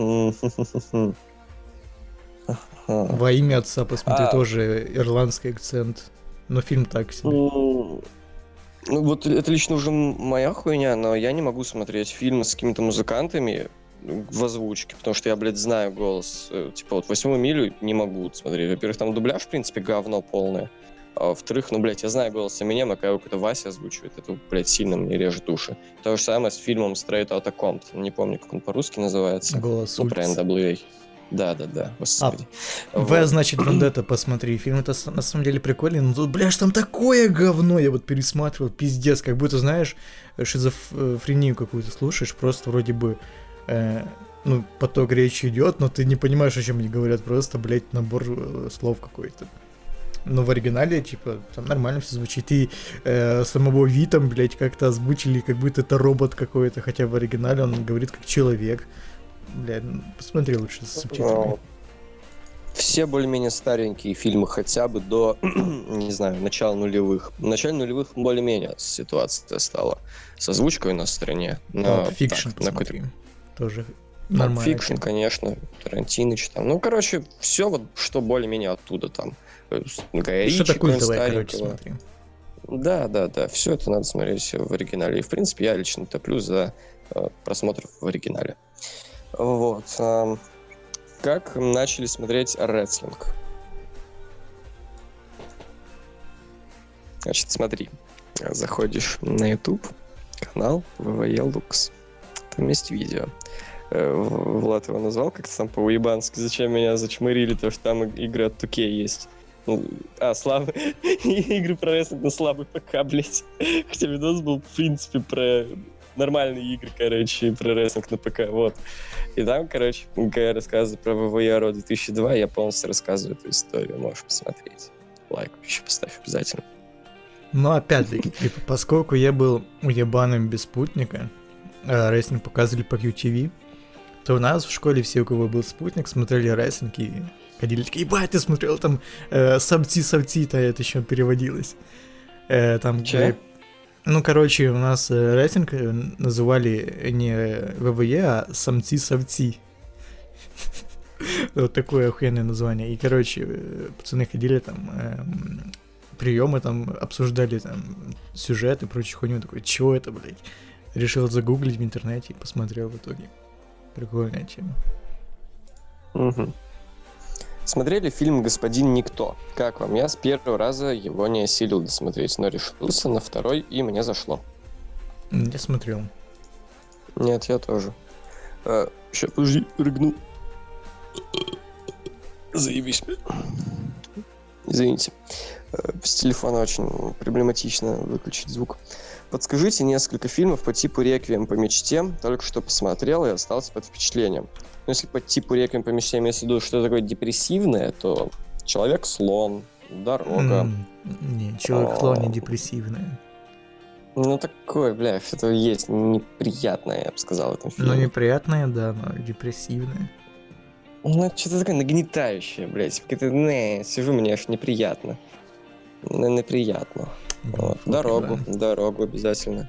Во имя отца, посмотри, А. тоже ирландский акцент. Но фильм так себе. Ну, ну, вот это лично уже моя хуйня, но я не могу смотреть фильмы с какими-то музыкантами в озвучке, потому что я, блядь, знаю голос. Э, Типа вот «Восьмую милю» не могу смотреть. Во-первых, там дубляж, в принципе, говно полное. А во-вторых, ну, блядь, я знаю голос Эминема, когда его какой-то Вася озвучивает. Это, блядь, сильно мне режет уши. То же самое с фильмом Straight Outta Compton. Не помню, как он по-русски называется. Голос Ну, про улицы. эн дабл ю эй. Да-да-да, господи. В, значит, Вендетта посмотри. Фильм это с- на самом деле прикольный, но тут, бля, ж там такое говно. Я вот пересматривал, пиздец, как будто, знаешь, шизофрению какую-то слушаешь, просто вроде бы, э, ну, поток речи идет, но ты не понимаешь, о чем они говорят, просто, блядь, набор э, слов какой-то. Но в оригинале, типа, там нормально все звучит. И э, самого Ви там, блядь, как-то озвучили, как будто это робот какой-то, хотя в оригинале он говорит как человек. Блядь, ну, посмотри лучше с субтитрами. Все более-менее старенькие фильмы, хотя бы до, не знаю, начала нулевых. В начале нулевых более-менее ситуация стала с озвучкой на стороне. Pulp Fiction посмотри. Тоже нормально. Pulp Fiction, конечно, Тарантиныч там. Ну, короче, все вот, что более-менее оттуда там. Что-то культовое, короче, смотри. Да, да, да, все это надо смотреть в оригинале. И, в принципе, я лично топлю за э, просмотр в оригинале. Вот. Э, как начали смотреть рестлинг? Значит, смотри. Заходишь на YouTube, канал вэ вэ е Lux. Там есть видео. Э, Влад его назвал как-то там по-уебански. Зачем меня зачмырили, то что там игры от ту кей есть. Ну, а, слабые игры про рестлинг на слабый ПК, блять. Хотя видос был, в принципе, про нормальные игры, короче, про рестлинг на ПК, вот. И там, короче, когда я рассказываю про вэ вэ е Ро две тысячи два, я полностью рассказываю эту историю, можешь посмотреть. Лайк еще поставь обязательно. Но опять-таки, типа, поскольку я был уебаным без спутника, а рестлинг показывали по кью ти ви, то у нас в школе все, у кого был спутник, смотрели рестлинг и ходили такие, ебать, ты смотрел там э, Савти-Савти-то, это еще переводилось. Э, там, Че? Ну, короче, у нас э, рестлинг называли не вэ вэ е, а Самти-Савти. Вот такое охуенное название. И, короче, пацаны ходили там, приемы там, обсуждали там сюжет и прочую хуйню. Такой, чего это, блядь? Решил загуглить в интернете и посмотрел в итоге. Прикольная тема. Угу. Смотрели фильм «Господин Никто». Как вам? Я с первого раза его не осилил досмотреть, но решился на второй, и мне зашло. Я смотрел. Нет, я тоже. А, ща, подожди, рыгну. Заебись. Извините. С телефона очень проблематично выключить звук. Подскажите несколько фильмов по типу «Реквием по мечте». Только что посмотрел и остался под впечатлением. Но если по типу «Реквием по мечте» имеется в виду что такое депрессивное, то «Человек-слон», «Дорога». Mm, не, «Человек-слон» не депрессивное. Ну такое, бля, это есть неприятное, я бы сказал, в этом фильме. Ну неприятное, да, но депрессивное. Ну что-то такое нагнетающее, блядь. Как-то, не, сижу, мне аж неприятно. Ну, неприятно. Вот. Фу, Дорогу, да. дорогу обязательно.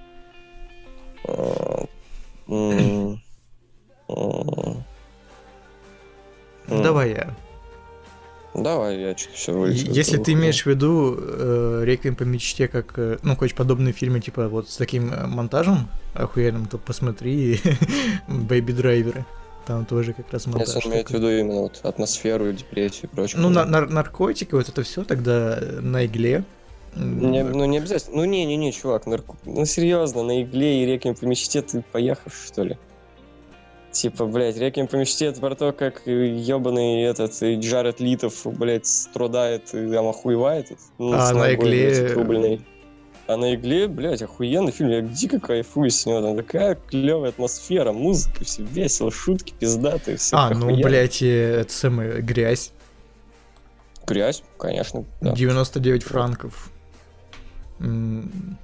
М, м. Давай я. Давай, я что-то все вылечу. Если ты имеешь в виду э, «Реквием по мечте» как, э, ну, хочешь подобные фильмы, типа вот с таким э, монтажем охуенным, то посмотри «Бэйби Драйверы». Там тоже как раз монтаж. Если он имеет в виду именно вот атмосферу, депрессию и прочее. Ну, на- нар- наркотики, вот это все тогда на игле. Не, ну не обязательно. Ну не-не-не, чувак, нарко... ну серьезно, на игле и «Реквием по мечте» ты поехав, что ли? Типа, блядь, «Реквием по мечте» это про то, как ебаный этот Джаред Литов, блядь, страдает и там охуевает. Ну, А на игле... блядь, рубльный. А на игле, блядь, охуенный фильм, я дико кайфую с него, там такая клевая атмосфера, музыка, все весело, шутки пиздатые, все А, ну, блядь, э, это самое, «Грязь». Грязь, конечно, да. девяносто девять франков. М,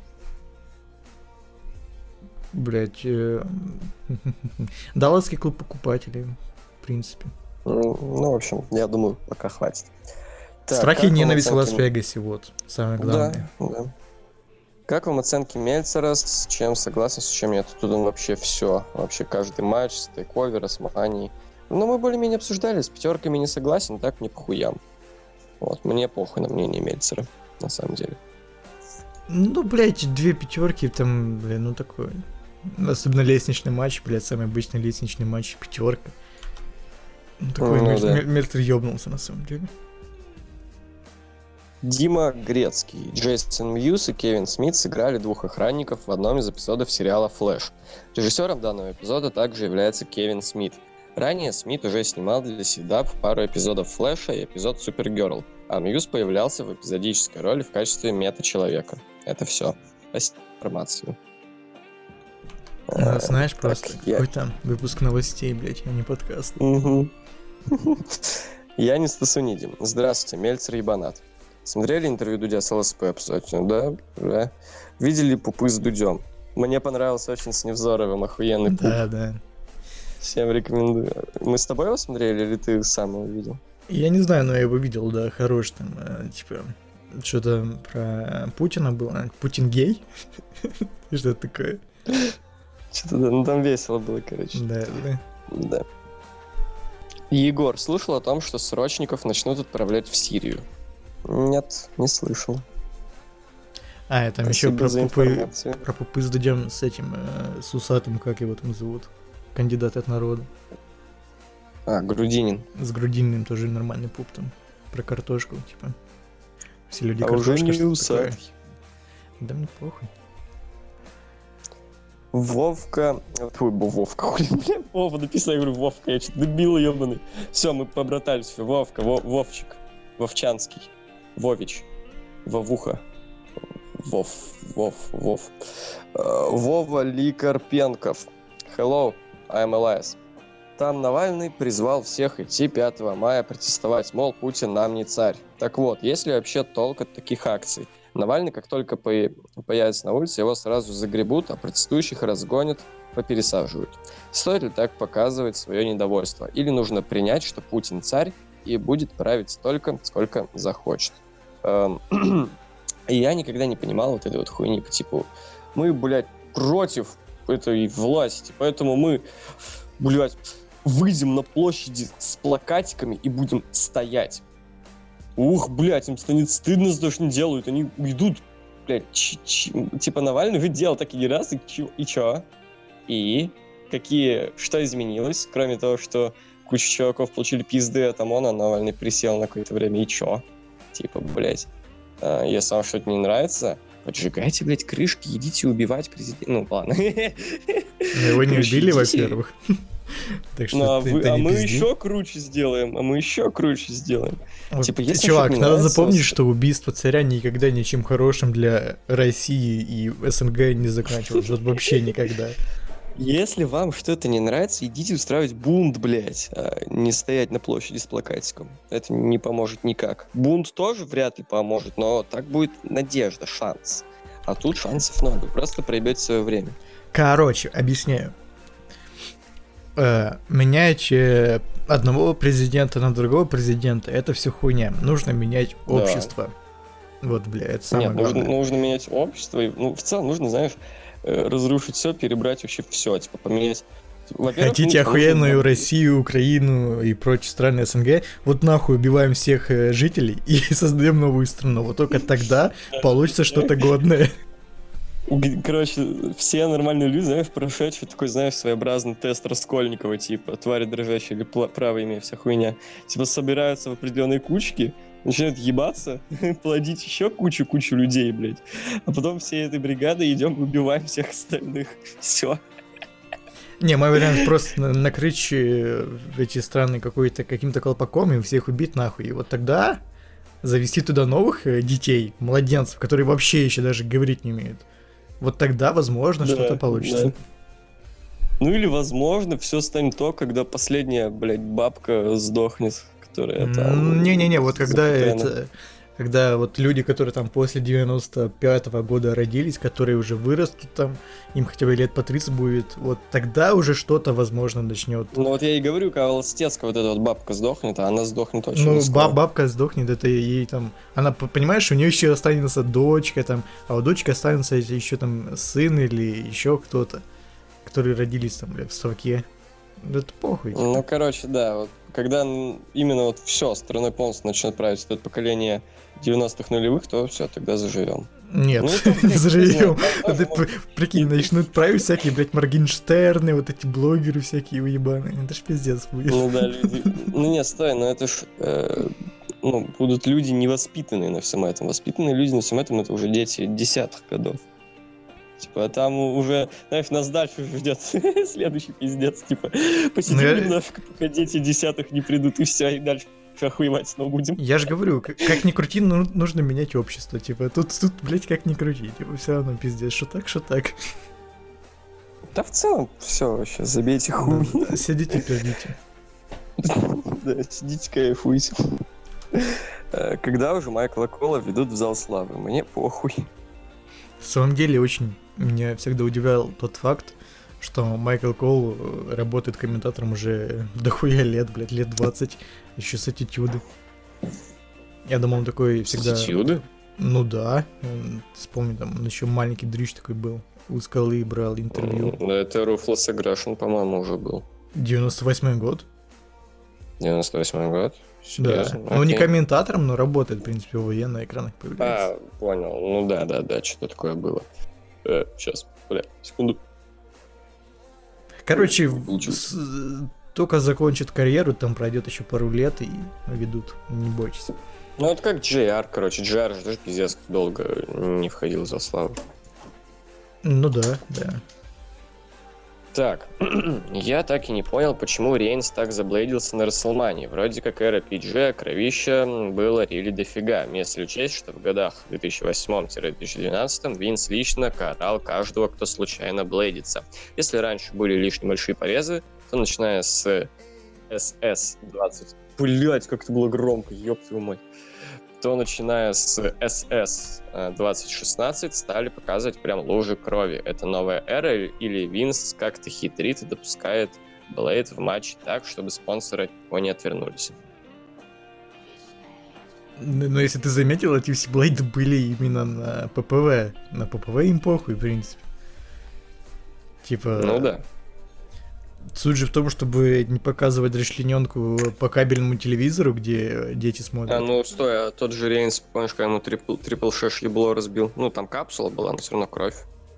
Блядь. э, Далласский клуб покупателей, в принципе. Ну, ну, в общем, я думаю, пока хватит. Так, Страх и как вам ненависть в оценки- Лас-Вегасе, вот, самое главное. Да, да. Как вам оценки Мельцера, с чем согласен, с чем нет? Тут он вообще все, вообще каждый матч, с тейковера, с Маханией. Ну, мы более-менее обсуждали, с пятерками не согласен, так не похуям. Вот, мне похуй на мнение Мельцера, на самом деле. Ну, блядь, две пятерки там, блин, ну такое. Особенно лестничный матч, блядь, самый обычный лестничный матч, пятерка. Ну, такой Ну, Мель- да. Мель- Мельцер ёбнулся, на самом деле. Дима Грецкий, Джейсон Мьюз и Кевин Смит сыграли двух охранников в одном из эпизодов сериала «Флэш». Режиссером данного эпизода также является Кевин Смит. Ранее Смит уже снимал для Сидап пару эпизодов Флэша и эпизод Супергерл, а Мьюз появлялся в эпизодической роли в качестве мета-человека. Это все. Спасибо за информацию. А, знаешь, так, просто я- какой-то выпуск новостей, блядь, а не подкаст. Мгм. Янис Тасунидин. Здравствуйте, Мельцер и Банат. Смотрели интервью Дудя с ЛСП обязательно, да? Да. Видели пупы с Дудем? Мне понравился очень с Невзоровым охуенный пуп. Да, да. Всем рекомендую. Мы с тобой его смотрели или ты сам его видел? Я не знаю, но я его видел, да, хорош там, э, типа, что-то про Путина было. Путин гей? Что это такое? Что-то да, ну там весело было, короче. Да, да. Да. Егор, слышал о том, что срочников начнут отправлять в Сирию? Нет, не слышал. А, я там еще Спасибо про за пупы, информацию. про пупы с Дудем, с этим, э, с усатым, как его там зовут? Кандидат от народа. А, Грудинин. С Грудининым тоже нормальный пуп там. Про картошку, типа. Все люди А картошка, уже не что-то усатый. такое. Да мне похуй. Вовка... Ой, Вовка, хули, бля, Вова написано, я говорю, Вовка, я что-то дебил ебаный. Все, мы побратались, Вовка, Во- Вовчик, Вовчанский, Вович, Вовуха, Вов, Вов, Вов. Э, Вова Ликарпенков. Hello, I'm Elias. Там Навальный призвал всех идти пятого мая протестовать, мол, Путин нам не царь. Так вот, есть ли вообще толк от таких акций? Навальный, как только по- появится на улице, его сразу загребут, а протестующих разгонят, попересаживают. Стоит ли так показывать свое недовольство? Или нужно принять, что Путин царь и будет править столько, сколько захочет? Эм, И я никогда не понимал вот этой вот хуйни, по типу, мы, блядь, против этой власти, поэтому мы, блядь, выйдем на площади с плакатиками и будем стоять. Ух, блядь, им станет стыдно за то, что они делают. Они уйдут, блядь, ч- ч- типа Навальный вы делал так и не раз, и, чё- и чё? И какие, что изменилось, кроме того, что куча чуваков получили пизды от ОМОНа, Навальный присел на какое-то время, и чё? Типа, блядь, а, если вам что-то не нравится, поджигайте, блядь, крышки, идите убивать президента. Ну, ладно. Но его не Короче, убили, идите. во-первых. Так Ну, а что ты вы- ты а не мы пизди. еще круче сделаем, а мы еще круче сделаем. Вот, Типа, если чувак, что-то не надо нравится, запомнить, вас- что убийство царя никогда ничем хорошим для России и СНГ не заканчивалось. Вот вообще никогда. Если вам что-то не нравится, идите устраивать бунт, блядь, а не стоять на площади с плакатиком. Это не поможет никак. Бунт тоже вряд ли поможет, но так будет надежда, шанс. А тут шансов много, просто проебете свое время. Короче, объясняю. Э, менять э, одного президента на другого президента — это все хуйня. Нужно менять Да. общество. Вот, бля, это самое Нет, нужно, главное. нужно менять общество. и, Ну, в целом нужно, знаешь, э, разрушить все, перебрать вообще все, типа поменять. Во-первых, Хотите ну, охуенную нужно- Россию, Украину и прочие страны СНГ? Вот нахуй убиваем всех э, жителей и создаем новую страну. Вот только тогда получится что-то годное. Г- Короче, все нормальные люди, знаешь, прошедшие такой, знаешь, своеобразный тест Раскольникова, типа, твари дрожащие или пла- право имея, вся хуйня. Типа, собираются в определенные кучки, начинают ебаться, плодить еще кучу-кучу людей, блядь. А потом всей этой бригадой идем убиваем всех остальных. Все. Не, мой вариант просто на- накрыть э, эти страны какой-то каким-то колпаком и всех убить нахуй. И вот тогда завести туда новых э, детей, младенцев, которые вообще еще даже говорить не умеют. Вот тогда, возможно, Да, что-то получится. да. Ну или, возможно, все станет то, когда последняя, блядь, бабка сдохнет, которая там... М, Не-не-не, вот когда запутана. это... Когда вот люди, которые там после девяносто пятого года родились, которые уже вырастут там, им хотя бы лет по тридцать будет, вот тогда уже что-то, возможно, начнет. Ну вот я и говорю, когда Волостецкая вот эта вот бабка сдохнет, а она сдохнет очень Ну, не скоро. ба- бабка сдохнет, это ей там... Она, п- понимаешь, у нее еще останется дочка там, а у дочки останется еще там сын или еще кто-то, которые родились там, бля, в совке. Да это похуй. Ну, короче, да, вот когда н- именно вот все страной полностью начнет править это поколение девяностых нулевых, то все, тогда заживем. Нет, Ну, это, блядь, заживем. не знаю, А ты там пр- прикинь, начнут править всякие, блядь, Моргенштерны, вот эти блогеры всякие уебаные. Это ж пиздец будет. Ну да, люди... Ну нет, стой, но это ж... э, ну, будут люди невоспитанные на всем этом. Воспитанные люди на всем этом — это уже дети десятых годов. Типа, там уже, знаешь, нас дальше ждет следующий пиздец. Типа, посидим Ну, я- немножко, пока дети десятых не придут, и все, и дальше охуевать снова будем. Я же говорю, к- как ни крути, ну, нужно менять общество. Типа, тут, тут, блядь, как ни крути. Типа, все равно пиздец, что так, что так. Да в целом, все, вообще, забейте хуй. Сидите, пердите. Да, сидите, кайфуйте. Э, Когда уже Майкла Кола ведут в зал славы? Мне похуй. В самом деле, очень меня всегда удивлял тот факт, что Майкл Кол э, работает комментатором уже дохуя лет, блядь, лет двадцать, еще с аттитюды. Я думал, он такой всегда... Аттитюды? Ну да, м, вспомни, там, он еще маленький дрищ такой был. У Скалы брал интервью. Ну, это Ruthless Aggression, по-моему, уже был. девяносто восьмой год. девяносто восьмой год. Да. Серьезно? Ну, не Окей. комментатором, но работает, в принципе, в ОВЕ на экранах появляется. А, понял. Ну да, да, да, что-то такое было. Э, сейчас, бля, секунду. Короче, Получилось. с- только закончит карьеру, там пройдет еще пару лет и ведут, не бойтесь. Ну, это как джей ар, короче. джей ар же тоже пиздец как долго не входил за славу. Ну да, да. Так, я так и не понял, почему Рейнс так заблейдился на Расселмании. Вроде как эра пи джи, кровища было рили дофига. Если учесть, что в годах две тысячи восьмом - две тысячи двенадцатом Винс лично карал каждого, кто случайно блейдится. Если раньше были лишь небольшие порезы, то начиная с эс эс двадцать... Блять, как это было громко, ёб твою мать. То начиная с эс эс двадцать шестнадцать стали показывать прям лужи крови. Это новая эра или Винс как-то хитрит и допускает Блейд в матч так, чтобы спонсоры от него не отвернулись. Но но если ты заметил, эти все блейды были именно на ППВ. На ППВ им похуй, в принципе. Типа... Ну да. Суть же в том, чтобы не показывать расчлененку по кабельному телевизору, где дети смотрят. А, ну стой, а тот же Рейнс, помнишь, когда ему трипл, трипл шеш ебло разбил? Ну, там капсула была, но все равно кровь.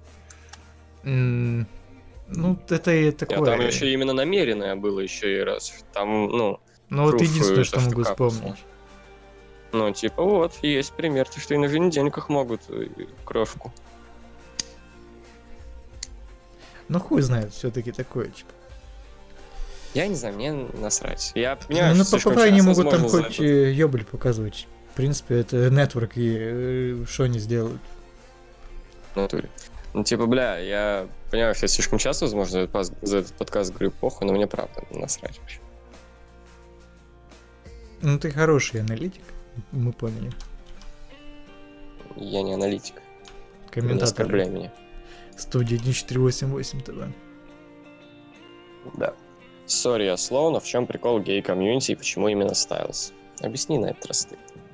М, Ну, это и А такое. там еще именно намеренное было еще и раз. Там, ну, Ну, вот пруф, единственное, э, что то, что могу капсула. вспомнить. ну, типа, вот, есть пример, то, что и на винодельниках могут э, кровку. Ну, хуй знает, все-таки такое, типа. Я не знаю, мне насрать. Я понимаю, Ну, на что слишком ППВ они часто, могут там возможно, хоть за это- э, ёбль показывать. В принципе, это нетворк, и э, что они сделают? в натуре. Ну, типа, бля, я понимаю, что я слишком часто, возможно, за этот, пас- за этот подкаст говорю похуй, но мне правда насрать вообще. Ну, ты хороший аналитик, мы поняли. Я не аналитик. Не Комментатор. оскорбляй меня. Студия один четыре восемь восемь ТВ. Да. Сори, я слоу, но в чем прикол гей-комьюнити и почему именно Стайлз? Объясни на этот раз ты.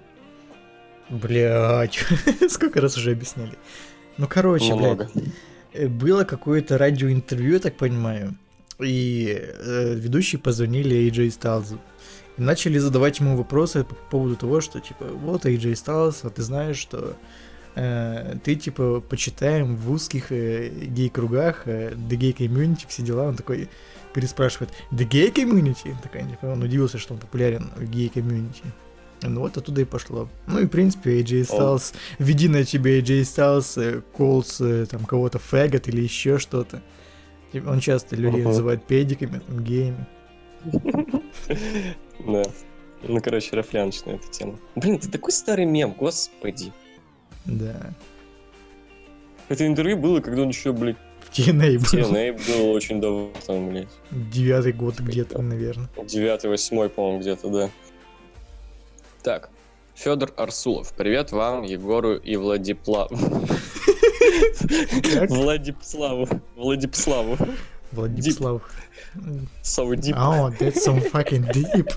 Блять, сколько раз уже объясняли. Ну, короче, Много. блядь, э, было какое-то радиоинтервью, я так понимаю, и э, ведущие позвонили эй джей Стайлзу. И начали задавать ему вопросы по поводу того, что, типа, вот эй джей Styles, а ты знаешь, что э, ты, типа, почитаем в узких э, гей-кругах, э, The Gay Community, все дела. Он такой переспрашивает, The Gay Community? Такая, типа, он удивился, что он популярен в гей-комьюнити. Ну вот оттуда и пошло. Ну и в принципе эй джей Styles, веди на тебе эй джей Styles, э, calls э, там кого-то фэгот или еще что-то. Типа, он часто людей Ага. называет педиками, там, геями. Да. Ну, короче, рафляночная эта тема. Блин, ты такой старый мем, господи. Да. Это интервью было, когда он еще, блядь, В ти эн эй в ти эн был. эй был очень давно, там, блядь. Девятый год где-то, наверное. Девятый, восьмой, по-моему, где-то, да. Так, Федор Арсулов. Привет вам, Егору и Владиплаву. Как? Владиплаву. Владиплаву. Владислав. So deep. Oh, that's so fucking deep.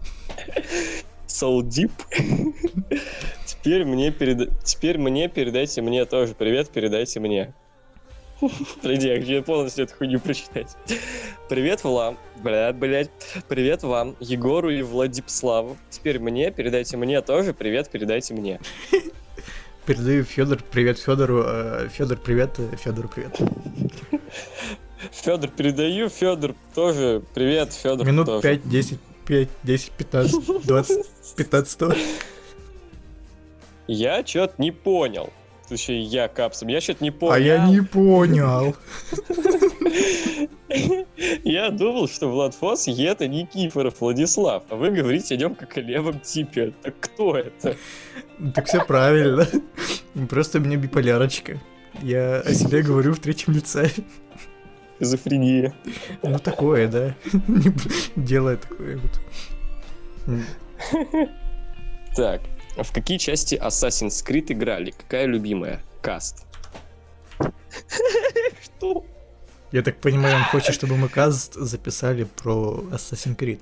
So deep. Теперь мне переда... Теперь мне передайте мне тоже привет, передайте мне. Подожди, я хочу полностью эту хуйню прочитать. Привет вам, блядь, блядь. Привет вам, Егору и Владиславу. Теперь мне передайте мне тоже привет, передайте мне. Передаю Федор, привет Федору. Федор, привет, Федору, привет. Федор, передаю, Федор тоже привет, Федор Минут тоже. пять, десять, пять, десять, пятнадцать, двадцать, пятнадцать, сто. Я чё-то не понял. Тут еще и я капсом. Я что-то не понял. А я не понял. Я думал, что Влад Фос — это Никифоров Владислав, а вы говорите о нем как о левом типе. Так кто это? Так все правильно. Просто у меня биполярочка. Я о себе говорю в третьем лице. Шизофрения. Ну такое, да. Делает такое вот. Так, в какие части Assassin's Creed играли? Какая любимая? Каст. Что? Я так понимаю, он хочет, чтобы мы каст записали про Assassin's Creed.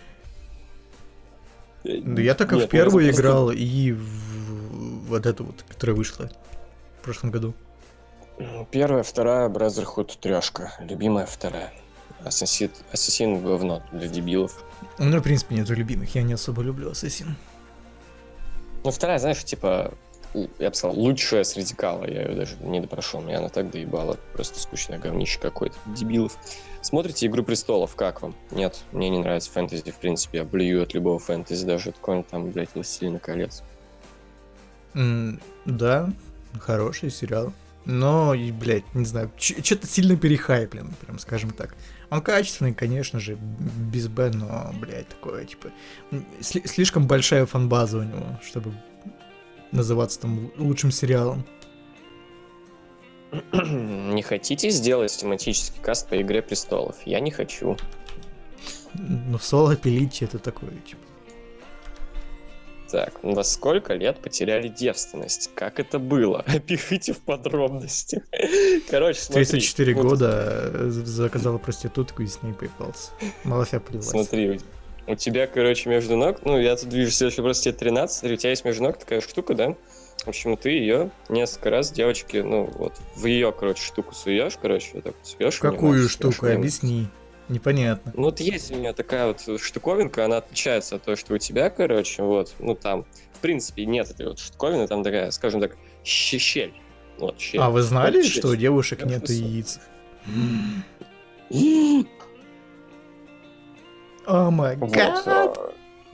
Да я только Нет, в первую просто- играл и в вот эту вот, которая вышла в прошлом году. Первая, вторая, Brotherhood, трешка. Любимая вторая. Ассасин, Ассасин говно для дебилов. Ну, в принципе, нету любимых, я не особо люблю Ассасин. Ну, вторая, знаешь, типа, у- я бы сказал, лучшая с радикала. Я ее даже не допрошел, меня она так доебала. Просто скучное говнище какое-то. Дебилов. Смотрите «Игру престолов», как вам? Нет, мне не нравится фэнтези, в принципе. Я блюю от любого фэнтези, даже от какого-нибудь там, блядь, «Властелина колец». М, да, хороший сериал. Но, и, блядь, не знаю, что-то сильно перехайплен, прям скажем так. Он качественный, конечно же, без Б, но, блядь, такое, типа, м, сли- слишком большая фанбаза у него, чтобы называться там лучшим сериалом. Не хотите сделать тематический каст по «Игре престолов»? Я не хочу. Ну, соло пилить это такое, типа. Так, во сколько лет потеряли девственность? Как это было? Опишите в подробности. Короче, смотри. тридцать четыре вот года э, заказала проститутку и с ней поебался. Малафя плелась. Смотри, у тебя, короче, между ног, ну, я тут вижу, что просто тебе тринадцать, смотри, у тебя есть между ног такая штука, да? В общем, ты ее несколько раз, девочки, ну, вот, в ее, короче, штуку суешь, короче, вот так вот суешь. Какую штуку? Объясни. Непонятно. Ну, вот есть у меня такая вот штуковинка, она отличается от той, что у тебя, короче, вот, ну, там, в принципе, нет этой вот штуковины, там такая, скажем так, щ- щель. Вот, щель. А вы знали, Вот что у щель. девушек Я нету просто- яиц? О май Вот, гад! а,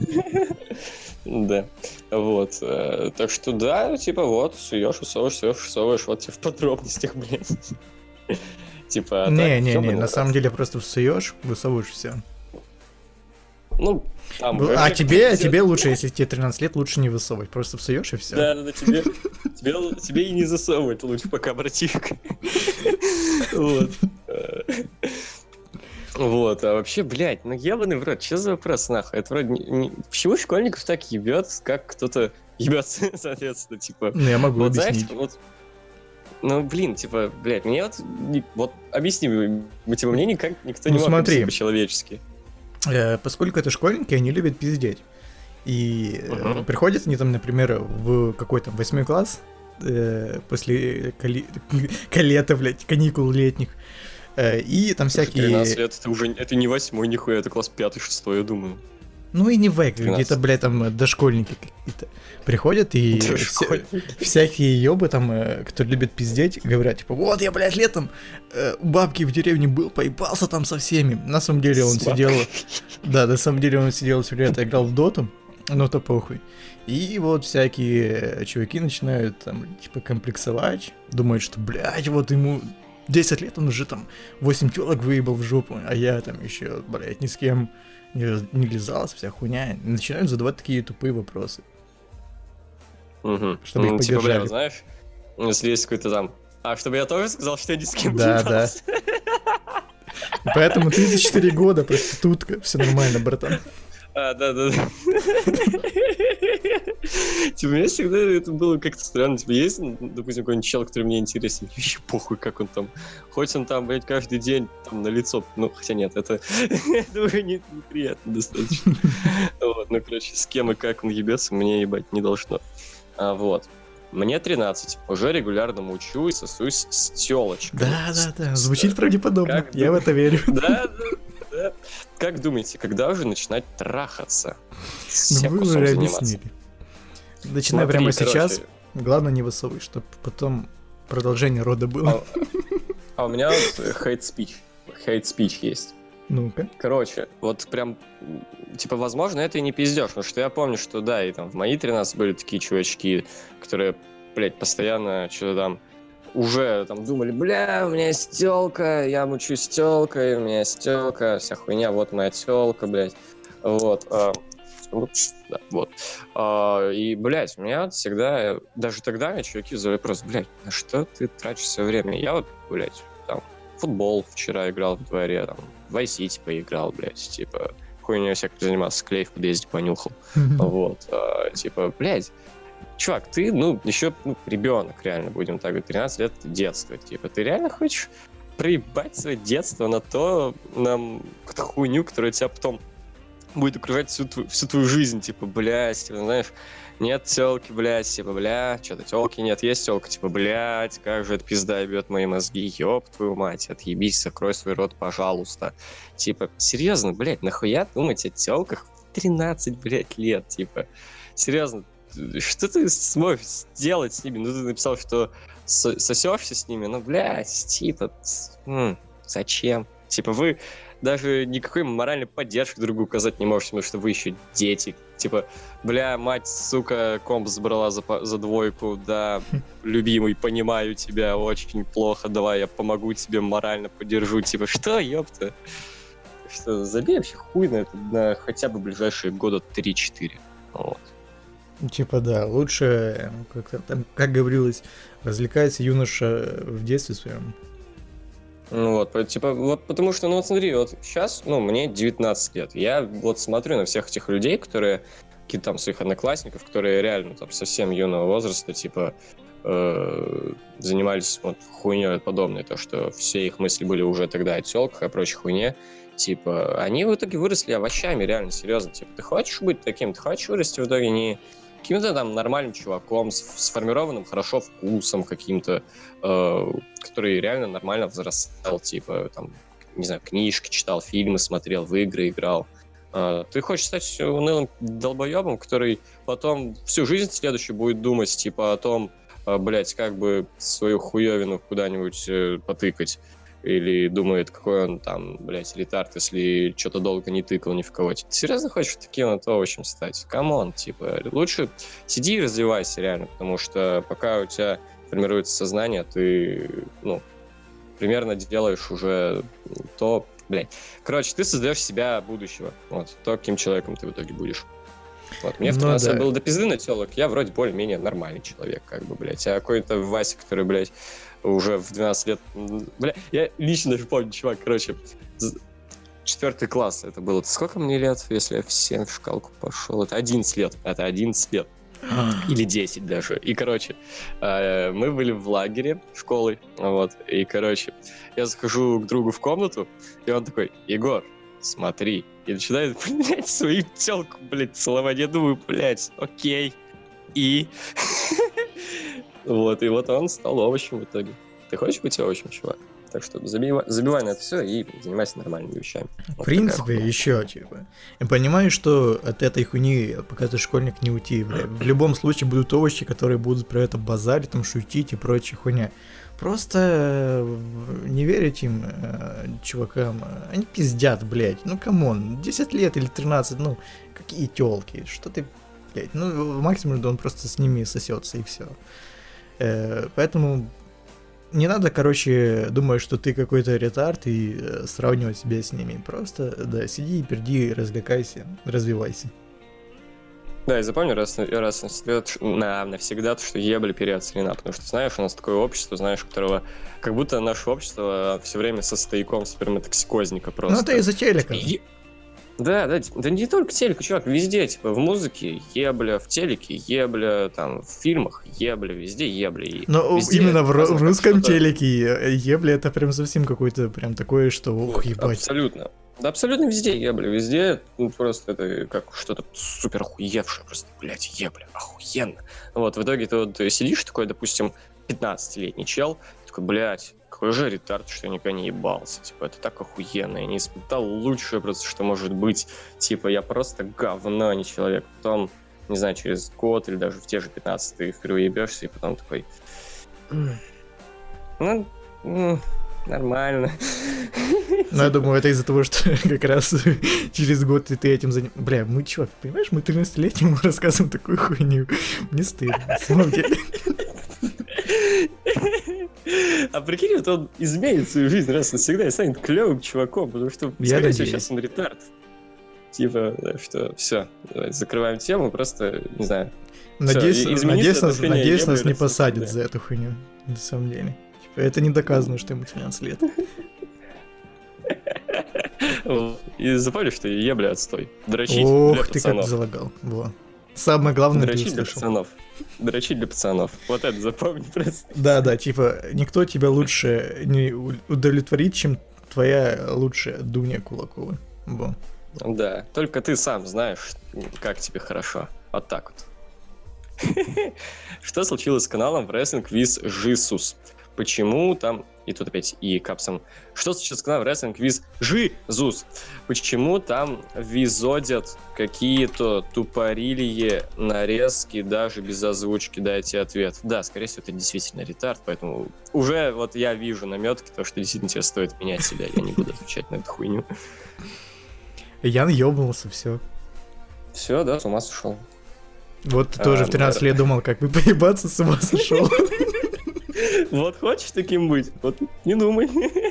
Да, вот, э, так что да, типа вот, суешь, усовываешь, суешь, усовываешь, вот тебе в подробностях, блин. Типа, а так, Не-не-не, ёбаный на рот. самом деле просто всуешь, высовываешь все. Ну, там... А вообще тебе, пиздец. тебе лучше, если тебе тринадцать лет, лучше не высовывать, просто всуешь и все. Да, да, да, тебе, тебе, тебе и не засовывать лучше, пока, братишка. Вот. Э, Вот, а вообще, блядь, ну ебаный в рот, что за вопрос, нахуй? Это вроде... не- не- Почему школьников так ебет, как кто-то ебет, соответственно, типа... Ну, я могу Вот знаешь, объяснить. вот... Ну, блин, типа, блядь, мне вот... не- Вот, объясни, м, типа, мне никак никто Ну, не мог смотри. объяснить по-человечески. Э, Поскольку это школьники, они любят пиздеть. И э, Мгм. приходят они там, например, в какой-то восьмой класс, э, после кали... калета, блядь, каникул летних, э, и там всякие... тринадцать лет, это уже... Это не восьмой, нихуя, это класс пятый, шестой, я думаю. Ну и не век, тринадцать. где-то, блядь, там э, дошкольники какие-то приходят, и вся- Школьники. всякие ёбы там, э, кто любит пиздеть, говорят, типа, вот я, блядь, летом э, у бабки в деревне был, поебался там со всеми. На самом деле он С сидел... Да, на самом деле он сидел все лето, играл в доту, но то похуй. И вот всякие э, чуваки начинают там, типа, комплексовать, думают, что, блядь, вот ему десять лет, он уже там восемь тёлок выебал в жопу, а я там еще, блядь, ни с кем не, не лизался, вся хуйня. И начинают задавать такие тупые вопросы. Мгм. Чтобы их Ну, типа, поддержали. бля, знаешь, если есть какой-то там... А, чтобы я тоже сказал, что я ни с кем Да, не да. ебался? И поэтому тридцать четыре года, проститутка, все нормально, братан. А, да-да-да. Типа, мне всегда это было как-то странно. Типа, есть, ну, допустим, какой-нибудь чел, который мне интересен, мне вообще похуй, как он там. Хоть он там, блядь, каждый день там на лицо. Ну, хотя нет, это, это уже не- неприятно достаточно. Вот, ну, короче, с кем и как он ебется, мне ебать не должно. А, вот. Мне тринадцать, уже регулярно мучу и сосусь с тёлочкой. Да, да, да, звучит правдеподобно, Как я в это верю. Да, да, да. Как думаете, когда уже начинать трахаться? Ну Всем вы кусом уже заниматься. объяснили. Начинай Смотри, прямо короче, сейчас, главное не высовывай, чтобы потом продолжение рода было. А, а у меня вот hate speech. Hate speech есть. Ну-ка. Короче, вот прям, м, типа, возможно, это и не пиздешь, потому что я помню, что да, и там в мои тринадцать были такие чувачки, которые блядь, постоянно что-то там уже там думали, бля, у меня есть тёлка, я мучусь с тёлкой, у меня есть тёлка, вся хуйня, вот моя тёлка, блядь. Вот. А, да, вот. А, и, блядь, у меня вот всегда, даже тогда меня чуваки задали вопрос, блядь, на что ты тратишь свое время? Я вот, блядь, там, в футбол вчера играл в дворе, там, в Vice City поиграл, блядь, типа, хуйней всякой занимался, клей в подъезде понюхал. Вот. А, типа, блядь, чувак, ты, ну, еще ну, ребенок, реально, будем так говорить, тринадцать лет детства, типа, ты реально хочешь проебать свое детство на то, на какую-то хуйню, которая тебя потом будет окружать всю, твою, всю твою жизнь, типа, блядь, типа, знаешь, нет тёлки, блядь, типа, бля, что-то тёлки нет, есть тёлка, типа, блядь, как же эта пизда ебет мои мозги, ёб твою мать, отъебись, закрой свой рот, пожалуйста. Типа, серьезно, блядь, нахуя думать о тёлках в тринадцать, блядь, лет, типа, серьезно, что ты сможешь сделать с ними? Ну, ты написал, что сосешься с ними, ну, блядь, типа, м- зачем? Типа, вы даже никакой моральной поддержки друг другу указать не можете, потому что вы еще дети. Типа, бля, мать, сука, комп забрала за, за двойку, да, любимый, понимаю тебя, очень плохо, давай я помогу тебе, морально поддержу. Типа, что, ёпта? Что, забей вообще хуй на это на хотя бы ближайшие года три-четыре. Вот. Типа, да, лучше, как, там, как говорилось, развлекается юноша в детстве своем. Ну вот, типа, вот потому что, ну вот смотри, вот сейчас, ну, мне девятнадцать лет, я вот смотрю на всех этих людей, которые, какие-то там своих одноклассников, которые реально там совсем юного возраста, типа, э, занимались вот хуйней подобной, то, что все их мысли были уже тогда о тёлках, о прочей хуйне, типа, они в итоге выросли овощами, реально, серьезно, типа, ты хочешь быть таким, ты хочешь вырасти в итоге не каким-то там нормальным чуваком, с сформированным хорошо вкусом каким-то, э, который реально нормально взрослел, типа, там, не знаю, книжки читал, фильмы смотрел, в игры играл. Э, ты хочешь стать унылым долбоебом, который потом всю жизнь следующую будет думать, типа, о том, э, блядь, как бы свою хуёвину куда-нибудь э, потыкать. Или думает, какой он там, блядь, ретард, если что-то долго не тыкал ни в кого. Ты серьезно хочешь таким вот овощем стать? Камон, типа, лучше сиди и развивайся реально, потому что пока у тебя формируется сознание, ты, ну, примерно делаешь уже то, блядь. Короче, ты создаешь себя будущего. Вот, то, каким человеком ты в итоге будешь. Вот, мне в тринадцать лет было до пизды на тёлок, я вроде более-менее нормальный человек, как бы, блядь. А какой-то Вася, который, блядь, уже в двенадцать лет... Бля, я лично даже помню, чувак, короче, четвертый класс это было. Сколько мне лет, если я в семь в шкалку пошел? Это одиннадцать лет, это одиннадцать лет. Или десять даже. И, короче, мы были в лагере школы, вот, и, короче, я захожу к другу в комнату, и он такой, Егор, смотри. И начинает, блядь, свою тёлку, блядь, целовать. Я думаю, блядь, окей. И... Вот, и вот он стал овощем в итоге. Ты хочешь быть овощем, чувак? Так что забивай, забивай на это все и занимайся нормальными вещами. В Вот принципе, еще, типа. Я понимаю, что от этой хуйни, пока ты школьник, не уйти, бля. В любом случае будут овощи, которые будут про это базарить, там, шутить и прочая хуйня. Просто не верить им, э, чувакам. Они пиздят, блядь. Ну, камон, десять лет или тринадцать, ну, какие тёлки, что ты, блядь. Ну, максимум, да он просто с ними сосется и все. Э, поэтому не надо, короче, думать, что ты какой-то ретард и э, сравнивать себя с ними. Просто, да, сиди и перди, развлекайся, развивайся. Да, и запомни раз, раз навсегда, на, навсегда, что ебли переоценена, потому что, знаешь, у нас такое общество, знаешь, которого, как будто наше общество все время со стояком сперматоксикозника просто. Ну, это из-за телека. Е... Да, да, да не только телека, чувак, везде, типа, в музыке ебля, в телеке ебля, там, в фильмах ебля, везде ебля. Но везде именно в, в русском что-то... телеке ебля это прям совсем какое-то прям такое, что ох, вот, ебать. Абсолютно. Да абсолютно везде ебля, везде ну, просто это как что-то супер охуевшее, просто, блядь, ебля, охуенно. Вот, в итоге ты вот сидишь такой, допустим, пятнадцатилетний чел, такой, блядь, какой же ретард, что я никогда не ебался, типа, это так охуенно, я не испытал лучшее просто, что может быть, типа, я просто говно, а не человек. Потом, не знаю, через год или даже в те же пятнадцать ты впервые ебешься, и потом такой, ну, нормально. Ну, я думаю, это из-за того, что как раз через год ты, ты этим занимаешься. Бля, мы, чувак, понимаешь, мы тринадцатилетнему рассказываем такую хуйню. Мне стыдно, на самом деле. А прикинь, вот он изменит свою жизнь раз и навсегда и станет клевым чуваком, потому что, Я скорее всего, надеюсь. сейчас он ретард. Типа, да, что все, давайте закрываем тему, просто, не знаю. Надеюсь, и- изменить надеюсь, нас, отношение надеюсь, Ебы нас не раз и посадят навсегда. за эту хуйню. На самом деле. Типа, это не доказано, что ему тринадцать лет. Вот. И запомни, что я, бля, отстой. Дрочить для Ох, ты как пацанов. залагал. Во. Самое главное ты Дрочить для услышал. пацанов. Дрочить для пацанов. Вот это запомни просто. Да, да, типа, никто тебя лучше не у- удовлетворит, чем твоя лучшая Дуня Кулакова. Во. Да, только ты сам знаешь, как тебе хорошо. Вот так вот. Что случилось с каналом Wrestling with Jesus? Почему там... И тут опять и капсом. Что случилось с каналом Wrestling with Jesus? Почему там визодят какие-то тупорилие нарезки даже без озвучки? Дайте ответ. Да, скорее всего, это действительно ретард, поэтому уже вот я вижу наметки, то, что действительно тебе стоит менять себя. Я не буду отвечать на эту хуйню. Ян ёбнулся, все. Все, да, с ума сошел. Вот ты А, тоже в тринадцать да. лет думал, как бы поебаться, с ума сошел. Вот хочешь таким быть? Вот не думай.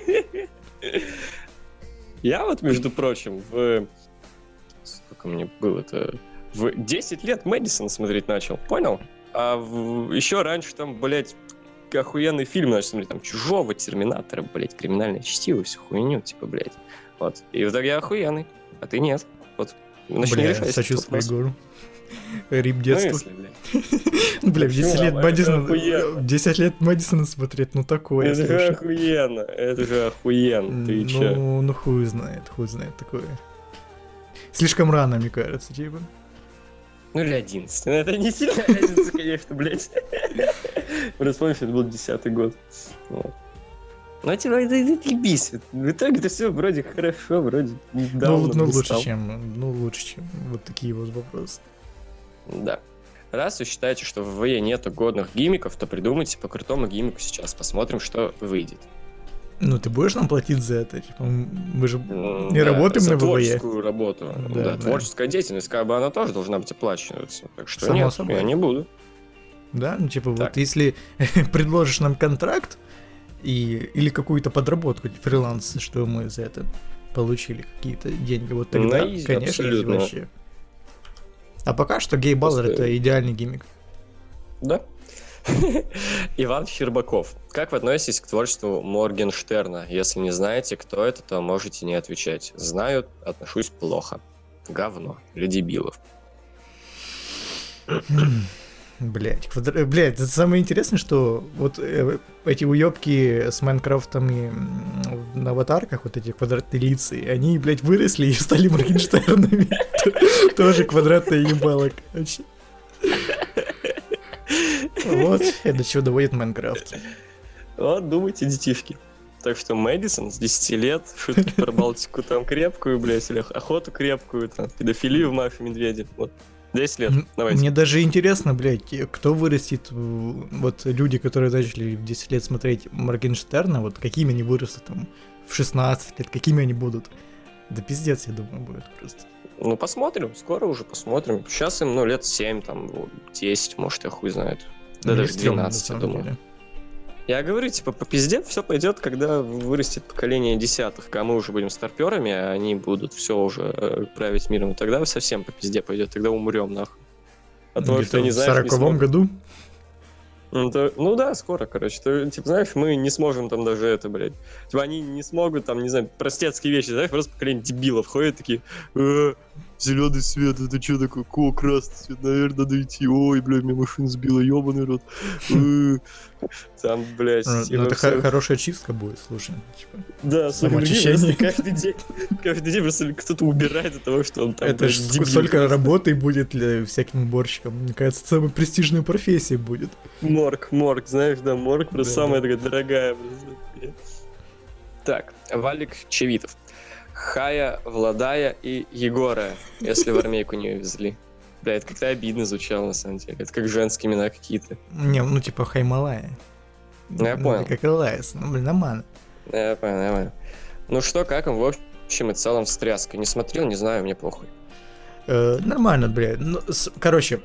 Я вот, между прочим, в... Сколько мне было-то? В десять лет Мэдисон смотреть начал, понял? А в... еще раньше там, блядь, охуенный фильм начал смотреть, там, Чужого, Терминатора, блядь, Криминальное чтиво, всю хуйню, типа, блядь. Вот. И в итоге я охуенный, а ты нет. Вот. Начни Бля, решать этот сочувствую вопрос. Егору. Рип Ну, детства. если, блядь. Бля, в Почему? десять лет Это Мэдисона... охуенно. в десять лет Мэдисона смотреть, ну такое, Это же слушай. охуенно, это же охуенно, ты чё? Ну, ну хуй знает, хуй знает такое. Слишком рано, мне кажется, типа. Ну или одиннадцать. Ну, это не сильная разница, конечно, блядь. Просто помнишь, это был десятый год. Вот. Ну, типа, это ебись. В итоге это все вроде хорошо, вроде Ну, недавно ну лучше, блистал. чем, ну лучше, чем вот такие вот вопросы. Да. Раз вы считаете, что в ВВЕ нету годных гиммиков, то придумайте по крутому гиммику сейчас. Посмотрим, что выйдет. Ну, ты будешь нам платить за это? Типа, мы же М, не да, работаем за на ВВЕ. творческую работу. Да, Да, да. творческая деятельность, как бы она тоже должна быть оплачиваться. Так что Само нет, собой. я не буду. Да, ну типа Так. вот если предложишь нам контракт и, или какую-то подработку, фриланс, что мы за это получили какие-то деньги, вот тогда, На изи, конечно, изи абсолютно. вообще. А пока что Гей Баллер Просто- это идеальный гиммик. Да. Иван Щербаков. Как вы относитесь к творчеству Моргенштерна? Если не знаете, кто это, то можете не отвечать. Знаю, отношусь плохо. Говно. Для дебилов. Блять, квадра... блять, это самое интересное, что вот э, эти уёбки с Майнкрафтом и м, на аватарках, вот эти квадратные лица, и они, блять, выросли и стали Моргенштернами. Тоже квадратное ебало, короче. Вот, и до чего доводит Майнкрафт. Вот, думайте, детишки. Так что Мэдисон с десяти лет, шутки про Балтику там крепкую, блядь, или охоту крепкую, там, педофилию в Мафе Медведе. Вот. десять лет, М, давайте. Мне даже интересно, блядь, кто вырастет, в- вот люди, которые начали в десять лет смотреть Моргенштерна, вот какими они вырастут там в шестнадцать лет, какими они будут. Да пиздец, я думаю, будет просто. Ну, посмотрим, скоро уже посмотрим. Сейчас им, ну, лет семь, там, вот, десять, может, я хуй знает. Да Мне даже стрёмно, на двенадцать, я самом думаю. деле. Я говорю, типа, по пизде все пойдет, когда вырастет поколение десятых, а мы уже будем старперами, а они будут все уже э, править миром. И тогда совсем по пизде пойдет, тогда умрем нахуй. А то, Где-то что не в знаешь, не сороковом смог- году. Ну, то- ну да, скоро, короче. То, типа, знаешь, мы не сможем там даже это, блядь. Типа, они не смогут там, не знаю, простецкие вещи, знаешь, просто поколение дебилов ходят такие, э, зеленый свет, это что такое? Ко, красный свет, наверное, надо идти. Ой, блядь, меня машина сбила, ебаный рот. Э, Там, блядь, Ну, типа, это всё- х- хорошая чистка будет, слушай. Типа. Да, самоочищение. самоочищение. Каждый день, каждый день просто кто-то убирает от того, что он там, Это блядь, ж ск- дебил. столько работы будет для всяким уборщикам. Мне кажется, самая престижная профессия будет. Морг, морг, знаешь, да, морг просто Да, самая такая дорогая. просто. Так, Валик Чевитов. Хая, Владая и Егора, если в армейку не увезли. Бля, это как-то обидно звучало, на самом деле. Это как женские имена какие-то. Не, ну типа Хаймалая. Ну, я Ну, понял. Как Элайс. Ну, блин, нормально. Я понял, я понял. Ну что, как им в общем и целом встряска? Не смотрел, не знаю, мне похуй. Э, нормально, блядь. Ну, с- короче,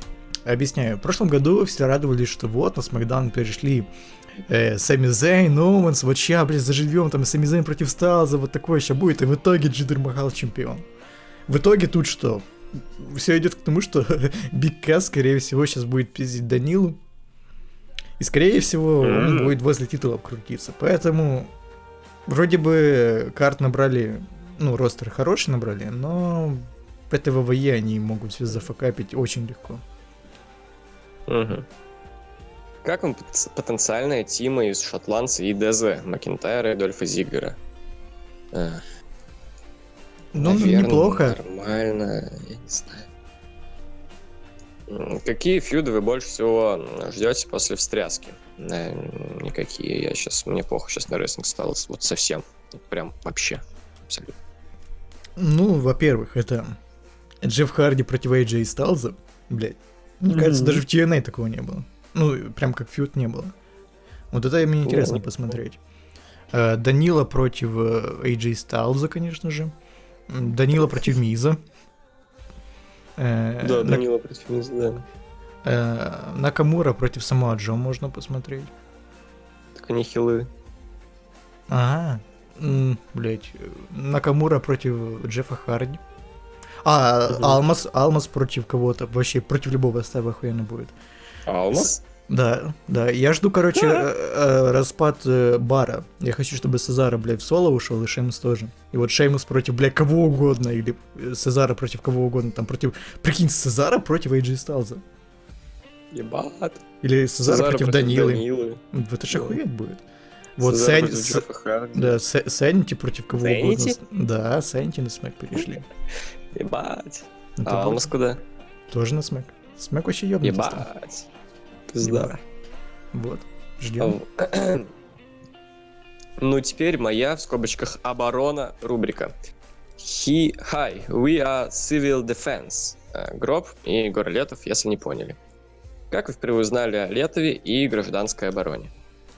Объясняю. В прошлом году все радовались, что вот на Смакдаун перешли э, Сами Зейн, Оуэнс, вот ща, блядь, заживем, там Сами Зейн против Стайлза, вот такое ща будет, и в итоге Джидер Махал чемпион. В итоге тут что? Все идет к тому, что Биг Кэс, скорее всего, сейчас будет пиздить Данилу, и, скорее всего, он будет возле титулов крутиться. Поэтому вроде бы карт набрали, ну, ростер хороший набрали, но в этой ВВЕ они могут все зафакапить очень легко. Угу. Как вам пот- потенциальная тима из шотландца и ДЗ, Макентайра и Дольфа Зиглера? А, Ну, наверное, неплохо. Нормально, я не знаю. М, Какие фьюды вы больше всего ждете после встряски? Э, Никакие. Я сейчас, мне плохо сейчас на рестлинг стало. Вот совсем. Вот прям вообще. Абсолютно. Ну, во-первых, это Джефф Харди против Эй Джей Стайлза. Блять. Мне Мгм. кажется, даже в Ти Эн Эй такого не было. Ну, прям как фьюд не было. Вот это мне интересно Ну, посмотреть. Э, Данила против э, Эй Джей Стайлза, конечно же. М, Данила против Миза. Э, Да, На- Данила против Миза, да. э, Накамура против Самоа Джо можно посмотреть. Так они хилы. Ага. М, Блять. Накамура против Джеффа Харди. А, Мгм. Алмаз, Алмаз против кого-то. Вообще, против любого става охуенно будет. Алмаз? Да, да. Я жду, короче, э, э, распад э, бара. Я хочу, чтобы Сезара, блядь, в соло ушел, и Шеймус тоже. И вот Шеймус против, блядь, кого угодно, или э, Сезара против кого угодно. Там против... Прикинь, Сезара против Эй Джей Стайлза. Ебать. Или Сезара, Сезара против Данилы. Данилы. Вот это ж Да. охуеть будет. Вот Сезара Сэн- против С- Джеффа Харди. Да, Сэ- Сэнити против кого Сэнити? угодно. Да, Сэнити на смэк перешли. Ебать. Это А будет Алмаз куда? тоже на смэк. Смэк вообще ёбнутый стал. Ебать. Пизда. Вот, ждем. А, Ну, теперь моя, в скобочках, оборона рубрика. He, hi, we are civil defense. Э, Гроб и Егор Летов, если не поняли. Как вы впервые узнали о Летове и гражданской обороне?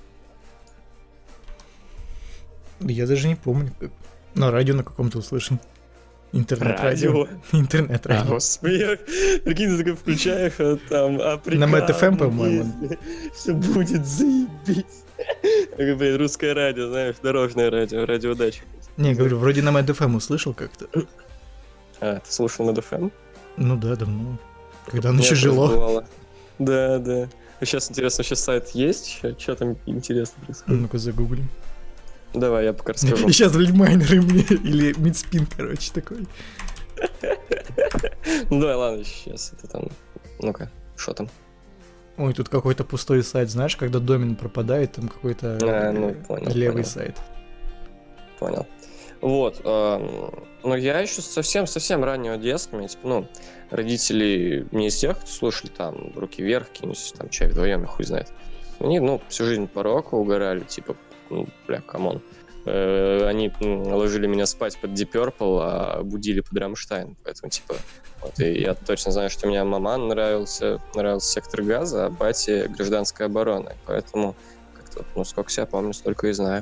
Я даже не помню. как. На радио на каком-то услышал. Интернет-радио. А, Интернет-радио. господи, я, прикинь, ты такой включаешь, а там, а На Мэт эф эм, по-моему. Все будет заебись. Как, блин, русское радио, знаешь, дорожное радио, радио удачи. Не, говорю, вроде на Мэт эф эм услышал как-то. А, ты слушал на ДФМ? Ну да, давно. Когда оно еще жило. Да, да. А сейчас, интересно, сейчас сайт есть? Что там интересно происходит? Ну-ка загуглим. Давай, я пока расскажу. И сейчас лимайнеры мне, или мидспин, короче, такой. Ну давай, ладно, сейчас это там... Ну-ка, что там? Ой, тут какой-то пустой сайт, знаешь, когда домен пропадает, там какой-то А, ну, э, понял, левый понял. сайт. Понял. Вот. эм, Ну, я еще совсем-совсем раннего детства, меня, типа, ну, родители не из тех, кто слушали там «Руки вверх», какие-нибудь там «Чай вдвоем», и хуй знает. Они, ну, всю жизнь по року угорали, типа, ну, бля, камон. Э, Они м, ложили меня спать под Deep Purple, а будили под Рамштайн. Поэтому, типа, вот, и я точно знаю, что мне маман нравился, нравился «Сектор газа», а бате «Гражданская оборона». Поэтому, как-то, ну, сколько себя помню, столько и знаю.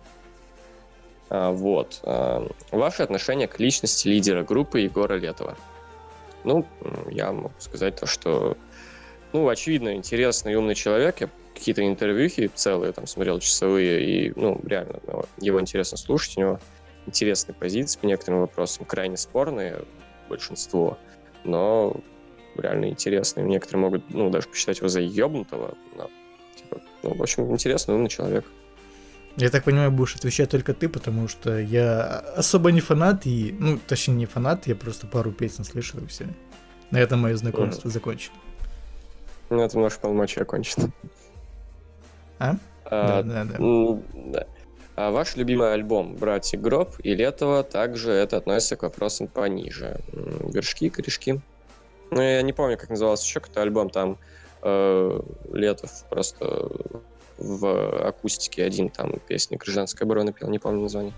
А, вот. А, ваше отношение к личности лидера группы Егора Летова? Ну, м, я могу сказать то, что, ну, очевидно, интересный и умный человек. Я какие-то интервьюхи целые там смотрел, часовые, и, ну, реально, ну, его интересно слушать, у него интересные позиции по некоторым вопросам, крайне спорные, большинство, но реально интересные. Некоторые могут, ну, даже посчитать его за ёбнутого, но, типа, ну, в общем, интересный, умный человек. Я так понимаю, будешь отвечать только ты, потому что я особо не фанат, и, ну, точнее, не фанат, я просто пару песен слышал, и все. На этом мое знакомство Мгм. закончено. Ну, это наш полномочия окончено. А? А, Да, да, да. м, да. А ваш любимый альбом «Братья Гроб» и Летова также это относится к вопросам пониже. М, Вершки, корешки. Ну, я не помню, как назывался еще какой-то альбом, там э, Летов просто в акустике один там песни «Гражданская оборона» пел, не помню название.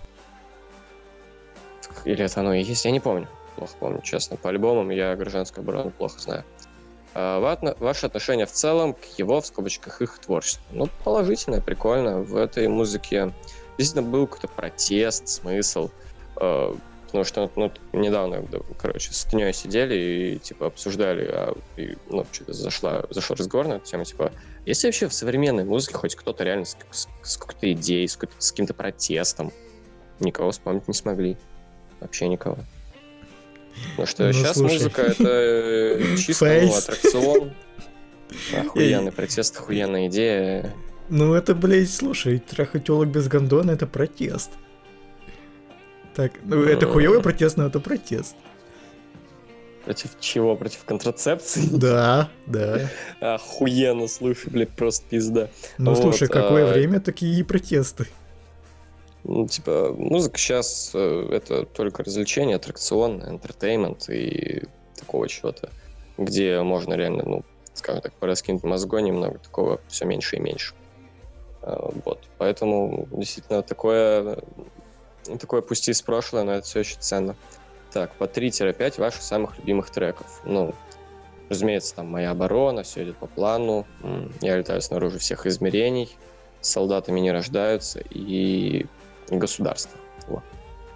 Или это оно и есть, я не помню. Плохо помню, честно. По альбомам я «Гражданскую оборону» плохо знаю. А ва- ваше отношение в целом к его, в скобочках, их творчеству? Ну, положительное, прикольно. В этой музыке действительно был какой-то протест, смысл. Э, потому что, ну, недавно, да, короче, с Тнёй сидели и, типа, обсуждали, а, и, ну, что-то зашла, зашел разговор на эту тему, типа, есть ли вообще в современной музыке хоть кто-то реально с, с, с какой-то идеей, с, какой-то, с каким-то протестом? Никого вспомнить не смогли. Вообще никого. Потому что Ну, сейчас слушай. музыка — это чисто, ну, Фейс. аттракцион. Охуенный протест, охуенная идея. Ну это, блядь, слушай, трахотелок без гондона — это протест. Так, ну это хуёвый протест, но это протест. Против чего? Против контрацепции? Да, да. Охуенно, слушай, блядь, просто пизда. Ну Вот, слушай, какое а, время, такие и протесты. Ну, типа, музыка сейчас э, это только развлечение, аттракцион, entertainment и такого чего-то, где можно реально, ну, скажем так, пораскинуть мозгой немного, такого все меньше и меньше. А, вот, поэтому действительно такое, такое пусть и из прошлого, но это все еще ценно. Так, по три-пять ваших самых любимых треков. Ну, разумеется, там «Моя оборона», «Все идет по плану», «Я летаю снаружи всех измерений», «Солдатами не рождаются» и «Государство». Во.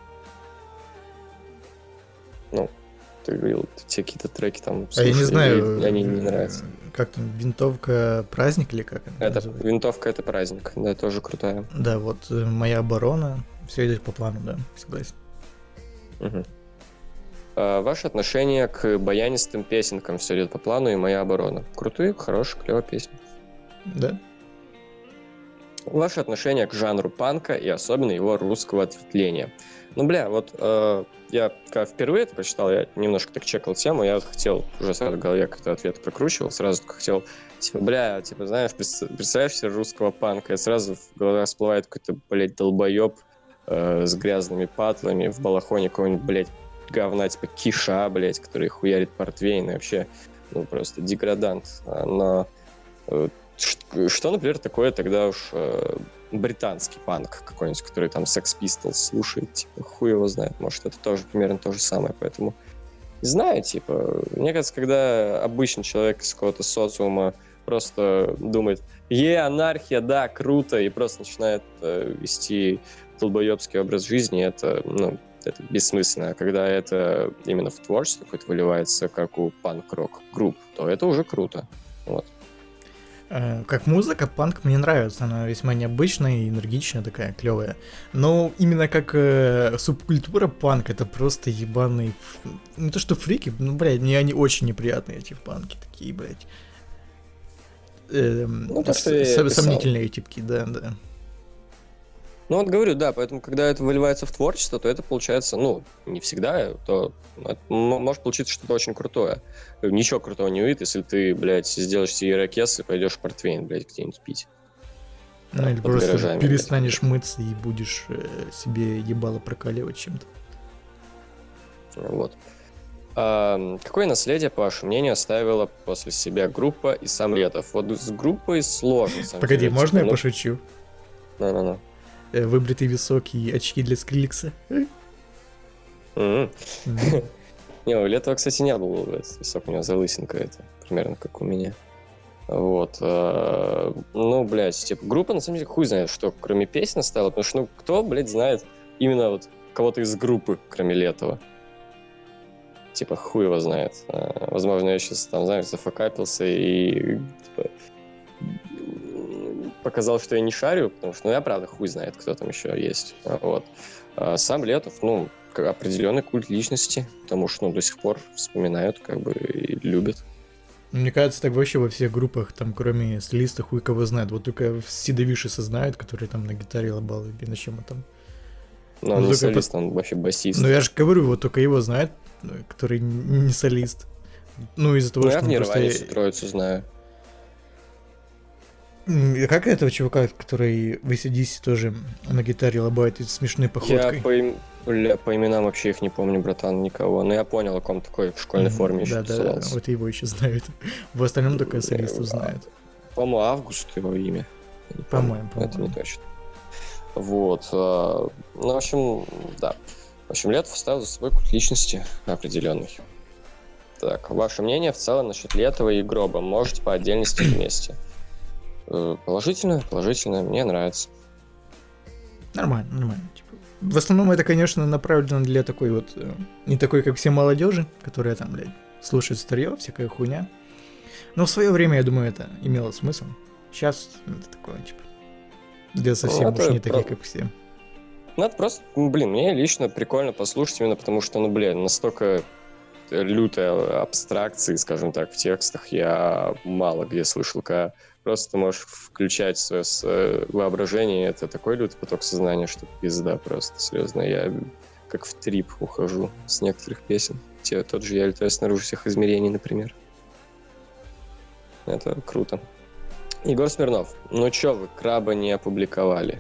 Ну, ты говорил, тебе какие-то треки там А я не слушали, знаю, и они не нравятся. как там, винтовка праздник или как это Это называется? «Винтовка» — это праздник, да, тоже крутая. Да, вот э, «Моя оборона», все идет по плану, да, согласен. Мгм. А, ваше отношение к баянистым песенкам «Все идет по плану» и «Моя оборона». Крутые, хорошие, клевые песни. Да? Ваше отношение к жанру панка и особенно его русского ответвления. Ну, бля, вот э, я когда впервые это прочитал, я немножко так чекал тему, я хотел, уже сразу в голове как-то ответ прокручивал, сразу только хотел, типа, бля, типа, знаешь, представляешь себе русского панка, и сразу в голове всплывает какой-то, блядь, долбоеб э, с грязными патлами в балахоне какого-нибудь, блядь, говна, типа Киша, блядь, который хуярит портвейн, и вообще, ну, просто деградант. Но э, что, например, такое тогда уж э, британский панк какой-нибудь, который там Sex Pistols слушает, типа, хуй его знает, может, это тоже примерно то же самое, поэтому не знаю, типа, мне кажется, когда обычный человек из какого-то социума просто думает, е, анархия, да, круто, и просто начинает э, вести долбоебский образ жизни, это, ну, это бессмысленно. А когда это именно в творчестве какое-то выливается, как у панк-рок групп, то это уже круто. Вот. Как музыка, панк мне нравится, она весьма необычная и энергичная, такая клевая. Но именно как э, субкультура панк, это просто ебаный... Ф... Не то что фрики, ну, блядь, мне они очень неприятные, эти панки такие, блядь. Эм, ну, то, что с- я сомнительные типки, да, да. Ну, вот говорю, да, поэтому, когда это выливается в творчество, то это получается, ну, не всегда, то это может получиться что-то очень крутое. Ничего крутого не выйдет, если ты, блядь, сделаешь себе ирокез и пойдешь в портвейн, блядь, где-нибудь пить. Ну, Да, или под просто гаражами, перестанешь мыться и будешь э, себе ебало прокаливать чем-то. Вот. А, какое наследие, по вашему мнению, оставила после себя группа и сам Летов? Вот с группой сложно. на самом Погоди, деле, можно типа, я ну, пошучу? Ну-ну-ну. Э, Выбритый висок и очки для скриликса. Мгм. Мгм. Не, у Летова, кстати, не был этот висок, у него залысинка это, примерно как у меня. Вот. а, Ну, блядь, типа, группа, на самом деле, хуй знает, что кроме песен стало, потому что, ну, кто, блядь, знает именно вот кого-то из группы, кроме Летова? Типа, хуй его знает. А, Возможно, я сейчас, там, знаешь, зафакапился и, типа, показал, что я не шарю, потому что, ну, я правда хуй знает, кто там еще есть. А, Вот. А сам Летов, ну, как определенный культ личности, потому что, ну, до сих пор вспоминают, как бы, и любят. Мне кажется, так вообще во всех группах, там, кроме стилиста, хуй кого знает. Вот только Сидовишиса знают, который там на гитаре лобал или на чем он там. Но он Ну, не только солист, он вообще басист. Ну, я же говорю, вот только его знают, который не солист. Ну, из-за того, Ну, я что в он просто... Нирване всю троицу знаю. М, Как этого чувака, который в эй си ди си тоже на гитаре лобает и смешной Я походкой? по, им- бля, по именам вообще их не помню, братан, никого. Но я понял, о ком такой в школьной Мгм. форме еще Да, да, тусовался. вот его еще знают. В остальном только солистов А, знают. По-моему, Август его имя. Я не помню, По-моему, но Это не по-моему. точно. Вот. а, Ну, в общем, да. В общем, Летов оставил за собой культ личности определенный. Так, ваше мнение в целом насчет Летова и Гроба? Можете по отдельности вместе? Э, Положительно, положительно, мне нравится. Нормально, нормально. Типа, В основном это, конечно, направлено для такой вот, э, не такой, как все молодежи, которая там, блядь, слушает старье, всякая хуйня. Но в свое время, я думаю, это имело смысл. Сейчас это такое, типа, для совсем Ну, уж это не таких, правда. как все. Ну, это просто, ну, блин, мне лично прикольно послушать именно потому, что, ну, блин, настолько лютая абстракции, скажем так, в текстах я мало где слышал, когда просто ты можешь включать свое с- э, воображение, и это такой лютый поток сознания, что пизда просто, серьезно, я как в трип ухожу с некоторых песен. Те, тот же «Я летаю снаружи всех измерений», например. Это круто. Егор Смирнов, ну чё вы, краба не опубликовали?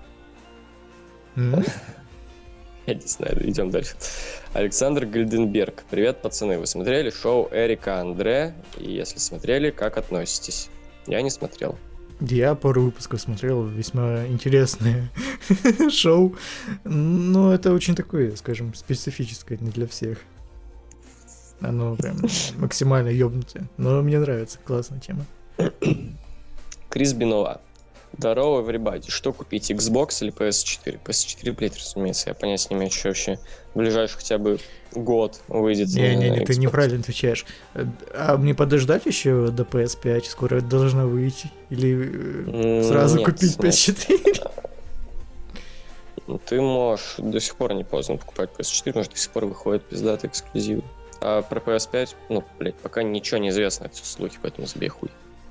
М? Я не знаю, идем дальше. Александр Гальденберг. Привет, пацаны. Вы смотрели шоу Эрика Андре? И если смотрели, как относитесь? Я не смотрел. Я пару выпусков смотрел, весьма интересное шоу. Но это очень такое, скажем, специфическое, не для всех. Оно прям максимально ёбнутое. Но мне нравится, классная тема. Крис Бенова. Здорово, everybody. Что купить, Xbox или пи эс четыре? пи эс четыре, блядь, разумеется. Я понятия не имею, что вообще в ближайший хотя бы год выйдет. Не-не-не, на ты Xbox. неправильно отвечаешь. А мне подождать еще до пи эс пять? Скоро должна выйти? Или э, М, сразу нет, купить пи эс четыре? Ну, ты можешь до сих пор не поздно покупать пи эс четыре, потому что до сих пор выходит пиздатый эксклюзив. А про пи эс пять, ну, блядь, пока ничего не известно, это все слухи, поэтому забей хуй.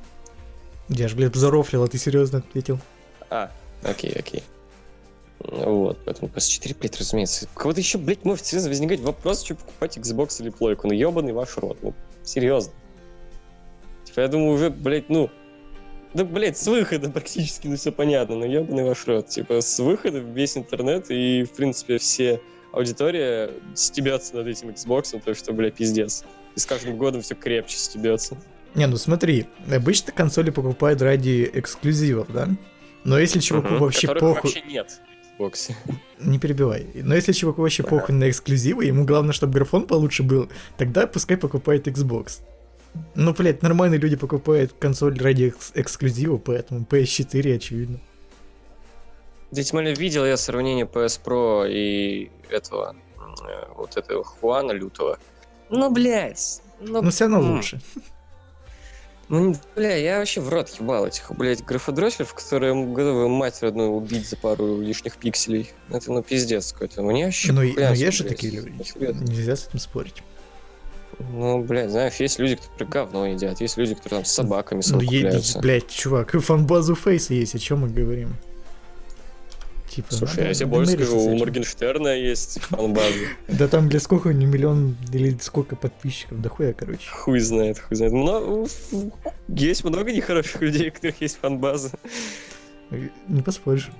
Я ж, блядь, зарофлил, а ты серьезно ответил? А, окей, окей. Ну вот, поэтому пи эс четыре, блядь, разумеется. У кого-то еще, блядь, может серьезно возникать вопрос, что покупать Xbox или плойку. Ну, ебаный ваш рот, ну, серьезно. Типа, я думаю, уже, блядь, ну... Да, блядь, с выхода практически, ну, все понятно, но ебаный ваш рот. Типа, с выхода весь интернет и, в принципе, все аудитория стебется над этим Xbox, то что, блядь, пиздец. И с каждым годом все крепче стебется. Не, ну смотри, обычно консоли покупают ради эксклюзивов, да? Но если чуваку Мгм. вообще Которых похуй... вообще нет в Xbox. Не перебивай. Но если чуваку вообще Ага. похуй на эксклюзивы, ему главное, чтобы графон получше был, тогда пускай покупает Xbox. Ну, блядь, нормальные люди покупают консоль ради экс- эксклюзива, поэтому пи эс четыре очевидно. Да, тем более видел я сравнение пи эс Pro и этого, э, вот этого Хуана лютого. Ну, блядь. Ну, Но все равно м. лучше. Ну, бля, я вообще в рот ебал этих, блядь, графодрочеров, которые готовы мать родную убить за пару лишних пикселей. Это, ну, пиздец какой-то. Мне вообще... Но, и- но похуясно, есть же блядь. такие люди. Нахуя? Нельзя с этим спорить. Ну, блядь, знаешь, есть люди, которые говно едят, есть люди, которые там с собаками Ну, е- совокупляются. блядь, чувак, и фанбазу Фейса есть, о чем мы говорим? Типа, Слушай, надо- я тебе надо больше мириться скажу, с у этим. Моргенштерна есть фан-база. Да там, для сколько, не миллион или сколько подписчиков, да хуя, короче. Хуй знает, хуй знает. Мно- Есть много нехороших людей, у которых есть фан-база. Не поспоришь.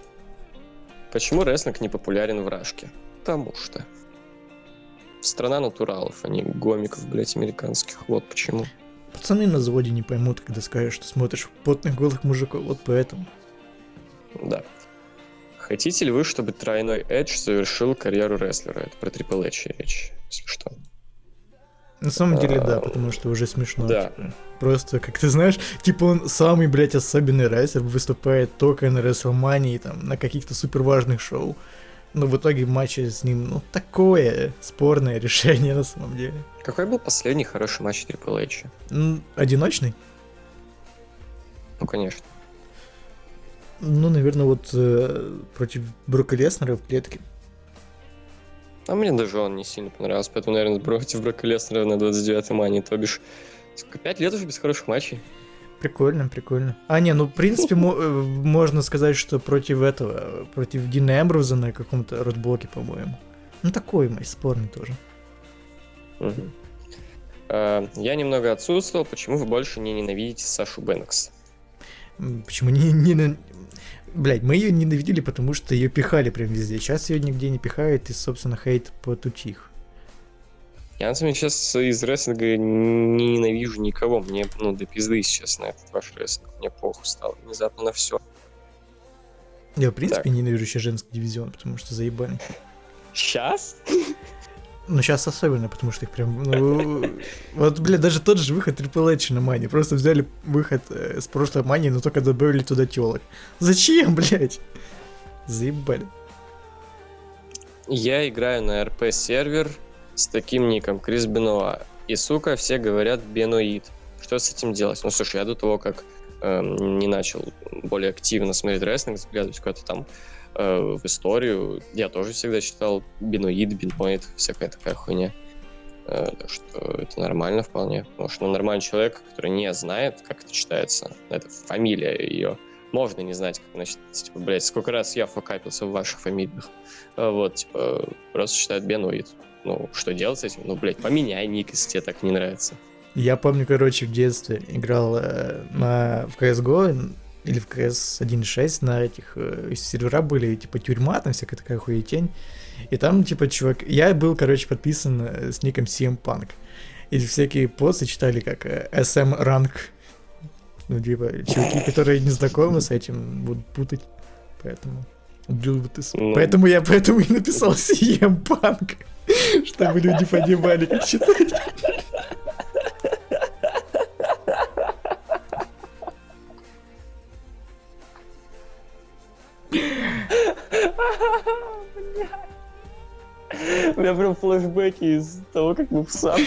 Почему рестлинг не популярен в Рашке? Потому что. Страна натуралов, а не гомиков, блядь, американских. Вот почему. Пацаны на заводе не поймут, когда скажешь, что смотришь потных голых мужиков, вот поэтому. Да. Хотите ли вы, чтобы тройной Эдж завершил карьеру рестлера? Это про Triple H речь, если что. На самом деле, да, А, потому что уже смешно. да. типа. Просто, как ты знаешь, типа он самый, блядь, особенный рестлер, выступает только на WrestleMania, там, на каких-то супер важных шоу. Но в итоге матча с ним, ну, такое спорное решение на самом деле. Какой был последний хороший матч Triple H? М, Одиночный? Ну, конечно. Ну, наверное, вот э, против Брока Леснера в клетке. А мне даже он не сильно понравился, поэтому, наверное, против Брока Леснера на двадцать девятой мании, то бишь... Сколько, пять лет уже без хороших матчей? Прикольно, прикольно. А, не, ну, в принципе, мо- э, можно сказать, что против этого, против Дина Эмброуза на каком-то родблоке, по-моему. Ну, такой матч, спорный тоже. Мгм. А, я немного отсутствовал. Почему вы больше не ненавидите Сашу Бэнкс? М, Почему не... не на- Блядь, мы ее ненавидели, потому что ее пихали прям везде. Сейчас ее нигде не пихают, и, собственно, хейт потутих. Я, на самом деле, сейчас из рестлинга не ненавижу никого. Мне, ну, до пизды сейчас на этот ваш рестлинг. Мне похуй стало внезапно на все. Я, в принципе, Так. ненавижу сейчас женский дивизион, потому что заебали. Сейчас? Ну, сейчас особенно, потому что их прям... Ну, вот, блядь, даже тот же выход Triple H на Мани. Просто взяли выход э, с прошлой Мани, но только добавили туда телок. Зачем, блядь? Заебали. Я играю на эр пи-сервер с таким ником Крис Бенуа. И, сука, все говорят Беноид. Что с этим делать? Ну, слушай, я до того, как э, не начал более активно смотреть рестлинг, заглядывать куда-то там э, в историю, я тоже всегда читал Беноид, Беноид, всякая такая хуйня. Э, так что это нормально вполне. Потому что ну, нормальный человек, который не знает, как это читается, это фамилия ее, можно не знать, как она читается. Типа, блядь, сколько раз я факапился в ваших фамилиях. А вот, типа, просто читают Беноид. Ну, что делать с этим? Ну, блядь, поменяй ник, если тебе так не нравится. Я помню, короче, в детстве играл э, на, в си эс го или в си эс один шесть на этих э, сервера были, типа, тюрьма, там всякая такая хуетень. И там, типа, чувак... Я был, короче, подписан э, с ником си эм Punk. И всякие посты читали как э, эс эм Rank. Ну, типа, чуваки, которые не знакомы с этим, будут путать. Поэтому... Ну... Поэтому я поэтому и написал си эм Punk. Чтобы люди понимали, как читать. У меня прям флешбеки из того, как мы в сам.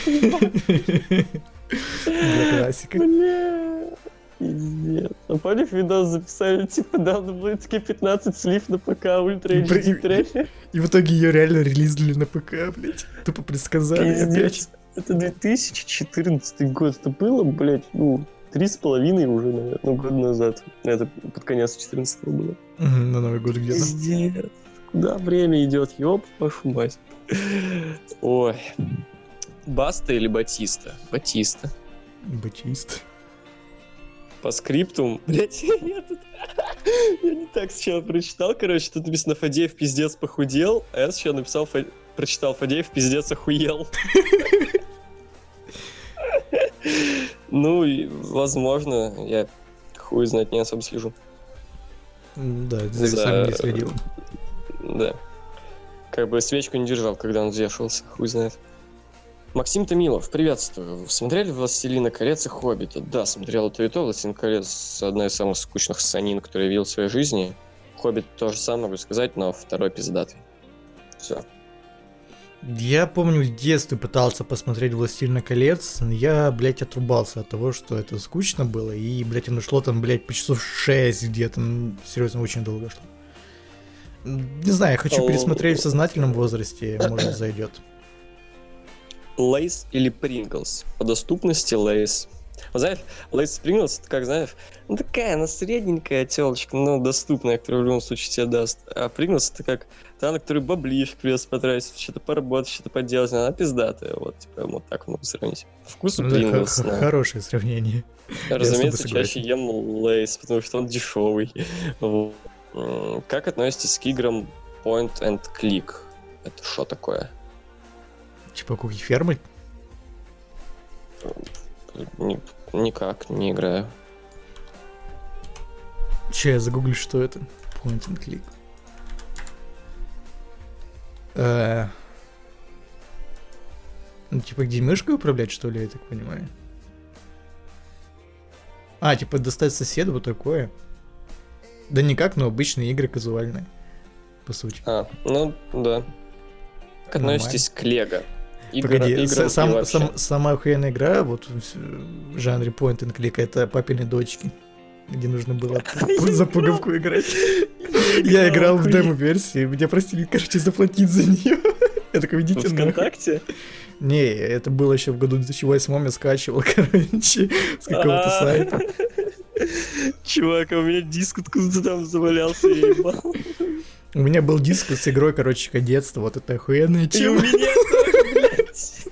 Для классика. Бля, пиздец. А помнишь, видос записали, типа, надо было такие пятнадцать слив на ПК Ультра эйч ди треке? И в итоге ее реально релизнули на ПК, блядь. Тупо предсказали опять. Это две тысячи четырнадцатый год. Это было, блядь, ну, три с половиной уже, наверное, ну, год назад. Это под конец четырнадцатого было. Угу, на Новый год где-то. Пиздец. Куда время идет, ёб вашу мать. Ой. Баста или Батиста? Батиста. Батист. По скриптум. Блять, я тут... Я не так сначала прочитал, короче, тут написано Фадеев пиздец похудел, а я сначала написал, Фа... прочитал Фадеев пиздец охуел. Ну, возможно, я хуй знать не особо слежу. Да, за весами не следил. Да. Как бы свечку не держал, когда он взвешивался, хуй знает. Максим Томилов, приветствую. Смотрели «Властелина колец» и «Хоббита»? Да, смотрел это и то. «Властелин колец» — одна из самых скучных ссанин, которые я видел в своей жизни. «Хоббит» тоже сам могу сказать, но второй пиздатый. Все. Я помню, в детстве пытался посмотреть «Властелина колец», но я, блядь, отрубался от того, что это скучно было, и, блядь, оно шло там, блядь, по часов шесть где-то, ну, серьезно, очень долго шло. Не знаю, я хочу пересмотреть в сознательном возрасте, может, зайдет. Лейс или Принглс? По доступности Лейс. Вот знаешь, Лейс и Принглс, это как, знаешь, ну такая, она средненькая телочка, но доступная, которая в любом случае тебе даст. А Принглс это как та, на которую баблишек придется потратить, что-то поработать, что-то поделать, она пиздатая. Вот, типа, вот так могу сравнить. Вкус у ну, Принглс. Да, хорошее сравнение. Разумеется, чаще ем Лейс, потому что он дешевый. Вот. Как относитесь к играм Point and Click? Это что такое? Типа куки фермы? Ни, никак, не играю. Че, я загуглю, что это? Point and click. Э, ну, типа, где мышкой управлять, что ли, я так понимаю? А, типа, достать соседа, вот такое. Да никак, но обычные игры казуальные, по сути. А, ну, да. Как относитесь к Лего? Игр, Погоди, играм сам, сам, самая охуенная игра вот в жанре point and click — это «Папины дочки», где нужно было за пуговку играть. Я играл в демо-версии, меня просили, короче, заплатить за нее. Я такой, идите нахуй. ВКонтакте? Не, это было еще в году две тысячи восьмом, я скачивал, короче, с какого-то сайта. Чувак, а у меня диск откуда-то там завалялся, я ебал. У меня был диск с игрой, короче, кадетство, вот это охуенная тема. И у меня тоже, блядь.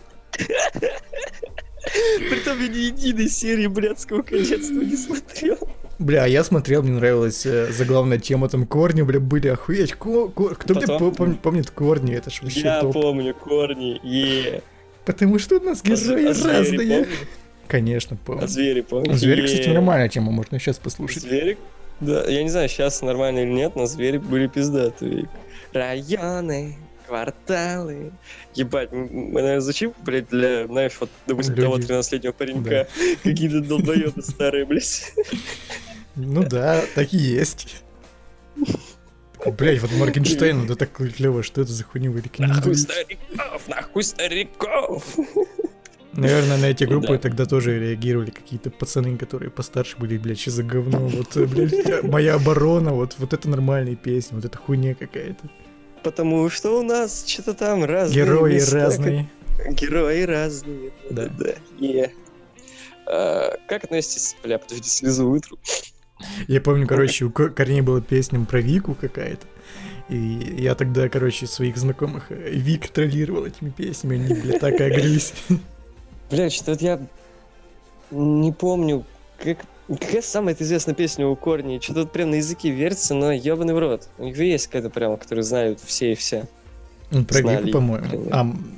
Притом я ни единой серии блядского кадетства не смотрел. Бля, я смотрел, мне нравилась э, заглавная тема, там корни, бля, были охуеть. Ко- ко- кто Потом... мне пом- помнит корни, это ж вообще я топ. Я помню, корни, е. Потому что у нас герои а разные. Помню? Конечно, помню. А звери помню? Звери, кстати, нормальная тема, можно сейчас послушать. Звери? Да, я не знаю, сейчас нормально или нет, но звери были пиздатые. Районы, кварталы. Ебать, мы, наверное, звучим, блядь, для, знаешь, вот, допустим, Люди. того тринадцатилетнего паренька. Да. Какие-то долбоёбы старые, блядь. Ну да, так и есть. Блять, вот Моргенштерн, вот это клево, что это за хуйня, вы Нахуй рекомендуете? стариков, нахуй стариков. Наверное, на эти группы Да. тогда тоже реагировали какие-то пацаны, которые постарше были, блядь, что за говно, вот, э, блядь, моя оборона, вот, вот это нормальные песни, вот это хуйня какая-то. Потому что у нас что-то там разные Герои места, разные. как- Герои разные. Да. Да. Е. А, Как относитесь... Бля, подожди, слезу вытру. Я помню, короче, у Ко- Корней была песня про Вику какая-то. И я тогда, короче, своих знакомых э, Вик троллировал этими песнями, они, блядь, так и огрелись. Бля, что-то я не помню, как... какая самая известная песня у Корни. Что-то вот прям на языке вертится, но ебаный в рот. У них же есть какая-то прям, которую знают все и вся. Ну, про Знали, Вику, по-моему. блин. А, м,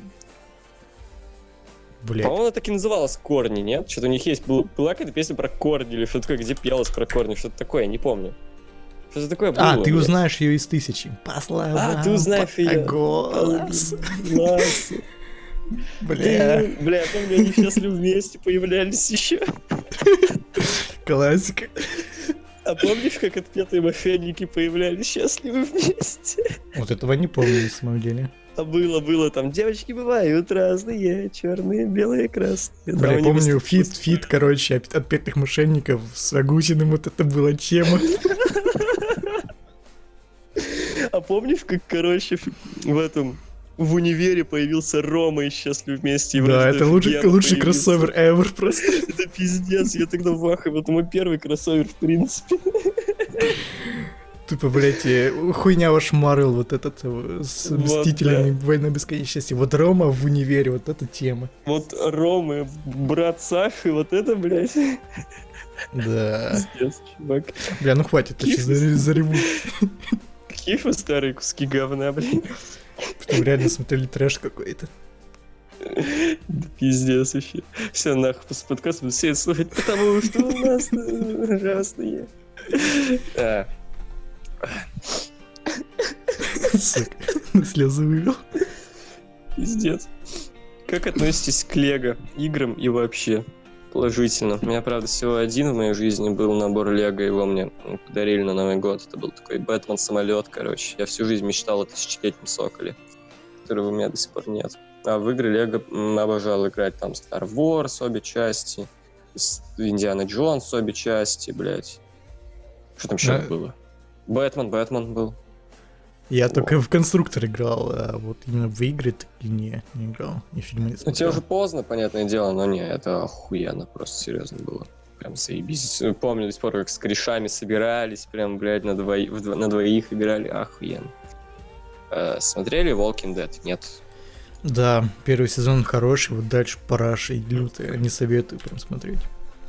блядь. По-моему, она так и называлась Корни, нет? Что-то у них есть... был- Была какая-то песня про Корни или что-то такое, где пелось про Корни, что-то такое, не помню. Что-то такое было. А, ты блядь. узнаешь ее из тысячи. По словам, А, ты узнаешь по её. голос. Класс. Бля, Ты- Бля, я помню, они счастливы вместе появлялись еще. классика. А помнишь, как отпетые мошенники появлялись счастливы вместе? Вот этого не помню, на самом деле. А было, было, там девочки бывают разные, черные, белые, красные. Там Бля, я они помню, выступали. фит, фит, короче, от отпетых мошенников с Агутиным, вот это была тема. А помнишь, как, короче, в в этом... В универе появился Рома и счастливы вместе. и вроде Да, это даже лучший, Гена лучший появился. кроссовер ever просто. Это пиздец, я тогда в ахуе. Это мой первый кроссовер, в принципе. Тупо, блядь, э, хуйня ваш Марвел, вот этот э, с Вот, Мстителями, Война Бесконечности. Вот Рома в универе, вот эта тема. Вот Рома, брат Саши, вот это, блядь, Да. пиздец, чувак. Бля, ну хватит, я сейчас зареву. Какие вы старые куски говна, блядь. Потом реально смотрели трэш какой-то. Да пиздец вообще. Все нахуй после подкаста буду сидеть слушать, потому что у нас э, разные. А, Сука, на слезы вывел. Пиздец. Как относитесь к Лего играм и вообще? Положительно. У меня, правда, всего один в моей жизни был набор Лего, его мне подарили на Новый год. Это был такой Бэтмен-самолет, короче. Я всю жизнь мечтал о тысячелетнем Соколе, которого у меня до сих пор нет. А в игры Лего м, обожал играть там Star Wars обе части, с- Индиана Джонс обе части, блядь. Что там еще Да. было? Бэтмен, Бэтмен был. Я только в конструктор играл, а вот именно в игры таки не, не играл. И фильмы не Ну, тебе смотрел. уже поздно, понятное дело, но не, это охуенно, просто серьезно было. Прям заебись. Помню до сих пор, как с корешами собирались, прям, блядь, на, двои- в дво- на двоих играли, охуенно. Э, смотрели Walking Dead? Нет. Да, первый сезон хороший, вот дальше параша и лютая. Не советую прям смотреть.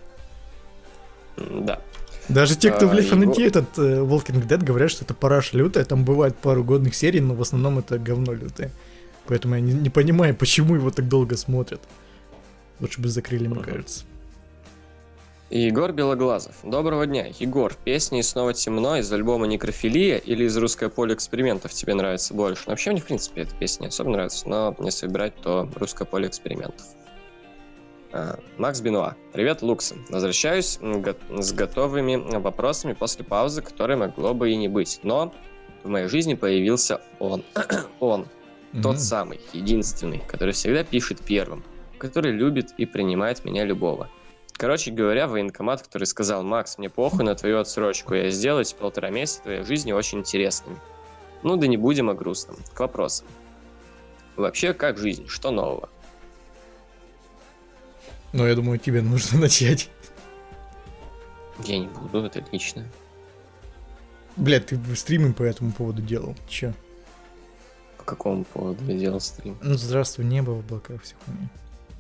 М, Да. Даже те, кто, А, блядь, его- фанатеет от э, Walking Dead, говорят, что это параша лютая. Там бывает пару годных серий, но в основном это говно лютое. Поэтому я не, не понимаю, почему его так долго смотрят. Лучше бы закрыли, мне Мгм. кажется. Егор Белоглазов. Доброго дня. Егор, песни «И снова темно» из альбома «Некрофилия» или из «Русское поле экспериментов» тебе нравится больше? Ну, вообще мне, в принципе, эта песня не особо нравится, но если выбирать, то «Русское поле экспериментов». А, Макс Бенуа. Привет, Луксы. Возвращаюсь м, го- с готовыми вопросами после паузы, которой могло бы и не быть. Но в моей жизни появился он. Он. Тот Мгм. самый, единственный, который всегда пишет первым, который любит и принимает меня любого. Короче говоря, военкомат, который сказал: «Макс, мне похуй на твою отсрочку, я сделаю эти полтора месяца твоей жизни очень интересными». Ну да не будем о грустном. К вопросам. Вообще, как жизнь? Что нового? Но я думаю, тебе нужно начать. Я не буду, это лично. Блядь, ты стримы по этому поводу делал. Чё? По какому поводу я делал стрим? Ну, здравствуй, небо в облаках, все хуйня.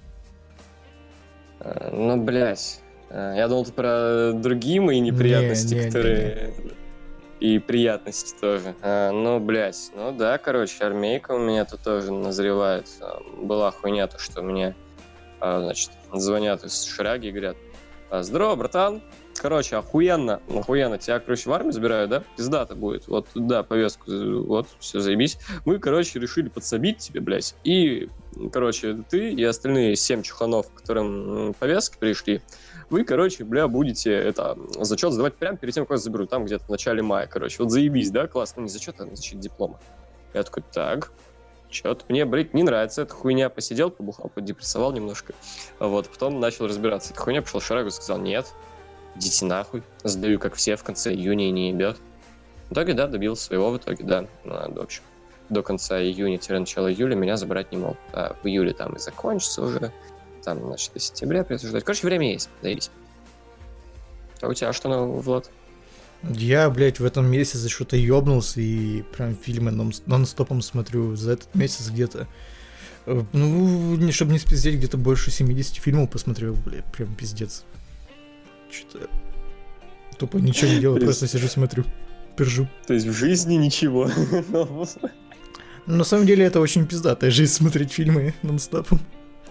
А, ну, блядь. А, Я думал, ты про другие мои неприятности, Не, не, которые... И приятности тоже. А, ну, блядь. Ну да, короче, армейка у меня тут тоже назревает. А, Была хуйня то, что мне, а, значит, звонят из Шраги и говорят: А, здорово, братан. Короче, охуенно, охуенно. Тебя, короче, в армию забирают, да? Пиздато будет. Вот, да, повестку, вот, все, заебись. Мы, короче, решили подсобить тебе, блядь. И, короче, ты и остальные семь чуханов, которым повестки пришли, вы, короче, бля, будете это зачет сдавать прямо перед тем, как вас заберут, там где-то в начале мая, короче. Вот заебись, да, классно, не зачет, а защита диплома. Я такой, так, чё-то мне, блядь, не нравится эта хуйня. Посидел, побухал, подепрессовал немножко. Вот, потом начал разбираться. Эта хуйня, пошел Шарагу и сказал, нет, идите нахуй, сдаю, как все, в конце июня и не ебет. В итоге, да, добился своего, в итоге, да, ну, в общем, до конца июня-начала июля меня забрать не мог. А в июле там и закончится уже. Там, значит, до сентября придется ждать. Короче, время есть, заебись. А у тебя что, нового, Влад? Я, блядь, в этом месяце что-то ёбнулся и прям фильмы нон- нон-стопом смотрю. За этот месяц где-то, э, ну, не, чтобы не спиздеть, где-то больше семьдесят фильмов посмотрел, блядь, прям пиздец. Что-то тупо ничего не делаю, просто сижу, смотрю, пержу. То есть в жизни ничего. Но на самом деле это очень пиздатая жизнь, смотреть фильмы нон-стопом.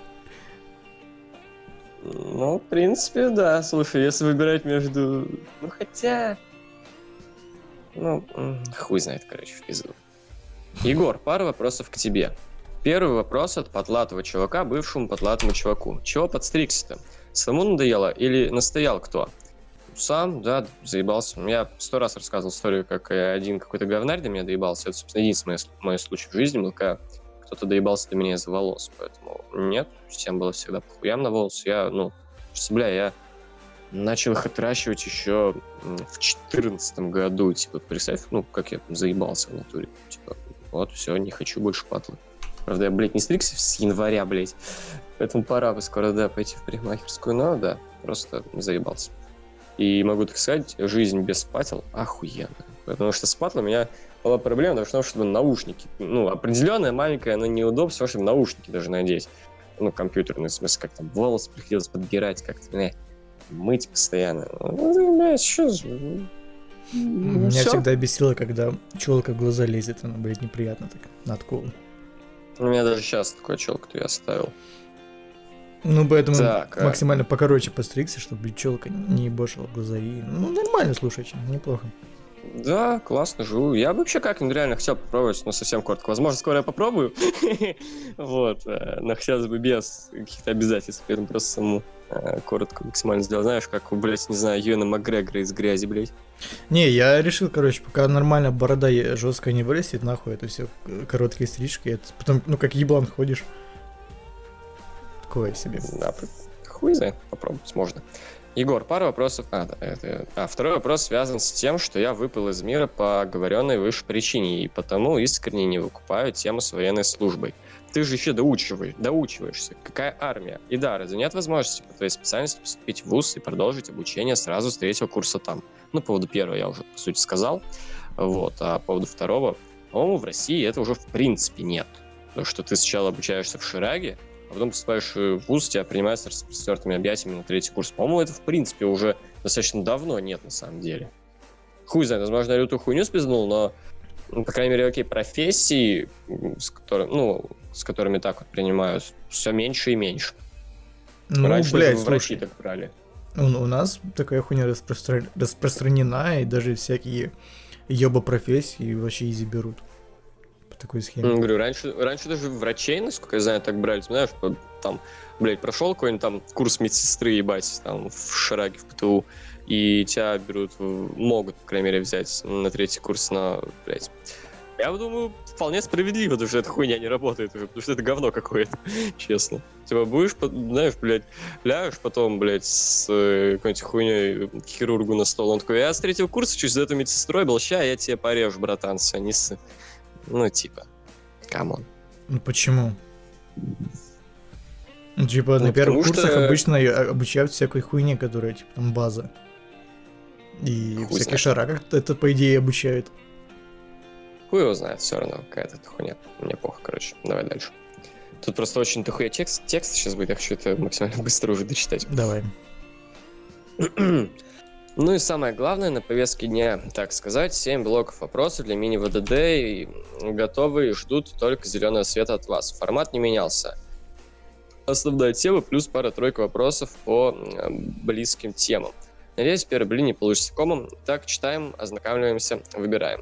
Ну, в принципе, да. Слушай, если выбирать между... Ну, хотя... Ну, хуй знает, короче, в пизду. Егор, пару вопросов к тебе. Первый вопрос от потлатого чувака, бывшему потлатому чуваку. Чего подстригся-то? Самому надоело или настоял кто? Сам, да, заебался. Я сто раз рассказывал историю, как один какой-то говнарь до меня доебался. Это, собственно, единственный мой случай в жизни был, когда кто-то доебался до меня из-за волос. Поэтому нет, всем было всегда похуям на волосы. Я, ну, бля, я начал их отращивать еще в четырнадцатом году. Типа, представь, ну, как я там заебался в натуре. Типа, вот, все, не хочу больше патлы. Правда, я, блядь, не стригся с января, блядь. Поэтому пора бы скоро, да, пойти в парикмахерскую. Но, да, просто заебался. И могу так сказать, жизнь без пател охуенно. Потому что с патлой у меня была проблема, потому что, чтобы наушники, ну, определенная маленькая, она неудобство, чтобы наушники даже надеть. Ну, компьютерный, в смысле, как там волосы приходилось подбирать, как-то, не, мыть постоянно. Ну, блядь, что же... Меня Всё. всегда бесило, когда челка в глаза лезет, она, блядь, неприятно так, на откол. У меня даже сейчас такой челку-то я оставил. Ну, поэтому Так, а- максимально покороче постригся, чтобы челка не ебошила в глаза. И, ну, нормально, слушайте, неплохо. Да, классно, живу. Я бы вообще как-нибудь реально хотел попробовать, но совсем коротко. Возможно, скоро я попробую. Вот, э, но хотелось бы без каких-то обязательств, поэтому просто саму э, коротко максимально сделал. Знаешь, как у, блядь, не знаю, Юэна Макгрегора из грязи, блядь. Не, я решил, короче, пока нормально борода жесткая не вырастет, нахуй, это все короткие стрижки. Это потом, ну, как еблан ходишь. Такое себе. Да, хуй знает, попробовать можно. Егор, пару вопросов. А, да, это... а, второй вопрос связан с тем, что я выпал из мира по оговоренной выше причине, и потому искренне не выкупаю тему с военной службой. Ты же еще доучиваешь, доучиваешься. Какая армия? И да, разве нет возможности по твоей специальности поступить в вуз и продолжить обучение сразу с третьего курса там? Ну, по поводу первого я уже, по сути, сказал. Вот. А по поводу второго, по-моему, в России это уже в принципе нет. Потому что ты сначала обучаешься в Шираге, а потом поступаешь в вуз, тебя принимают с распростертыми объятиями на третий курс. По-моему, это, в принципе, уже достаточно давно нет, на самом деле. Хуй знает, возможно, я лютую хуйню спизднул, но, ну, по крайней мере, окей, профессии, с, которыми, ну, с которыми так вот принимают, все меньше и меньше. Ну, Раньше блядь, даже врачи слушай, так брали. у, у нас такая хуйня распростра- распространена, и даже всякие ёба профессии вообще изи берут. По такой схеме. Ну, говорю, раньше, раньше даже врачей, насколько я знаю, так брали. Знаешь, по- там, блядь, прошел какой-нибудь там курс медсестры, ебать, там, в Шираге, в ПТУ, и тебя берут, в- могут, по крайней мере, взять на третий курс на, блядь. Я думаю, вполне справедливо, потому что эта хуйня не работает уже, потому что это говно какое-то, честно. Типа будешь, по- знаешь, блядь, ляжешь потом, блядь, с э, какой-нибудь хуйней к хирургу на стол, он такой, я с третьего курса чуть за эту медсестрой был, ща я тебе порежу, братан, все, не ссы. Ну, типа, камон. Ну почему? Ну, типа, Ну, на первых потому курсах что- обычно и- а- обучают всякой хуйне, которая, типа, там, база. И Хуй всякие знает. шараках это, по идее, обучают. Хуй его знает, все равно какая-то эта хуйня. Мне похуй, короче. Давай дальше. Тут просто очень дохуя текст, текст сейчас будет, я хочу это максимально быстро уже дочитать. Давай. Ну и самое главное, на повестке дня, так сказать, семь блоков вопросов для мини-ВДД, и готовы и ждут только зеленого света от вас. Формат не менялся. основная тема, плюс пара-тройка вопросов по э, близким темам. Надеюсь, первый блин не получится комом. Так, читаем, ознакомливаемся, выбираем.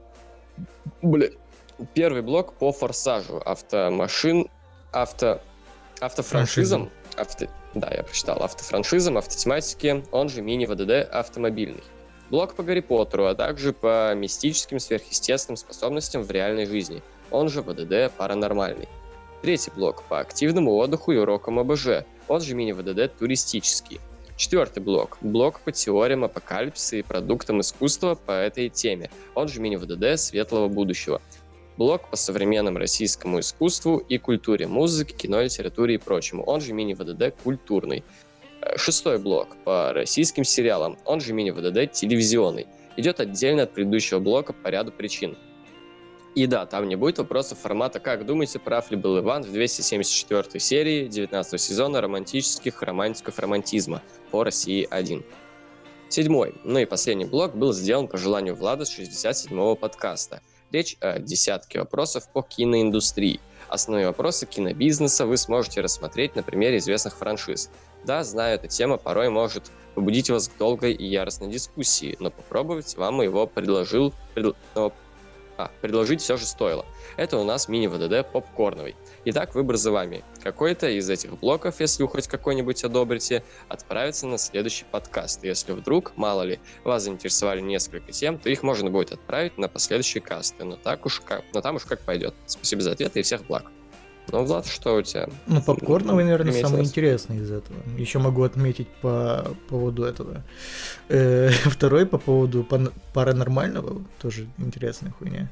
Блин. Первый блок по форсажу. Автомашин, авто, автофраншизам. Авто, да, я прочитал. Автофраншизам, автотематике, он же мини-ВДД автомобильный. Блок по Гарри Поттеру, а также по мистическим сверхъестественным способностям в реальной жизни, он же ВДД паранормальный. Третий блок по активному отдыху и урокам ОБЖ, он же мини-ВДД туристический. Четвертый блок. Блок по теориям апокалипсиса и продуктам искусства по этой теме, он же мини-ВДД светлого будущего. Блок по современному российскому искусству и культуре, музыке, кино, литературе и прочему, он же мини-ВДД культурный. Шестой блок по российским сериалам, он же мини-ВДД телевизионный. Идет отдельно от предыдущего блока по ряду причин. И да, там не будет вопросов формата «Как думаете, прав ли был Иван» в двести семьдесят четвёртой серии девятнадцатого сезона романтических романтиков романтизма по России один. Седьмой, ну и последний блок был сделан по желанию Влада с шестьдесят седьмого подкаста. Речь о десятке вопросов по киноиндустрии. Основные вопросы кинобизнеса вы сможете рассмотреть на примере известных франшиз. Да, знаю, эта тема порой может побудить вас к долгой и яростной дискуссии, но попробовать вам его предложил... Пред... Но... А, предложить все же стоило. Это у нас мини-ВДД попкорновый. Итак, выбор за вами. Какой-то из этих блоков, если вы хоть какой-нибудь одобрите, отправится на следующий подкаст. Если вдруг, мало ли, вас заинтересовали несколько тем, то их можно будет отправить на последующие касты. Но, так уж как... Но там уж как пойдет. Спасибо за ответы и всех благ. Ну, Влад, что у тебя? Ну, попкорновый, наверное, Приметилось? самый интересный из этого. Еще могу отметить по поводу этого. Э, второй по поводу пан- паранормального, тоже интересная хуйня.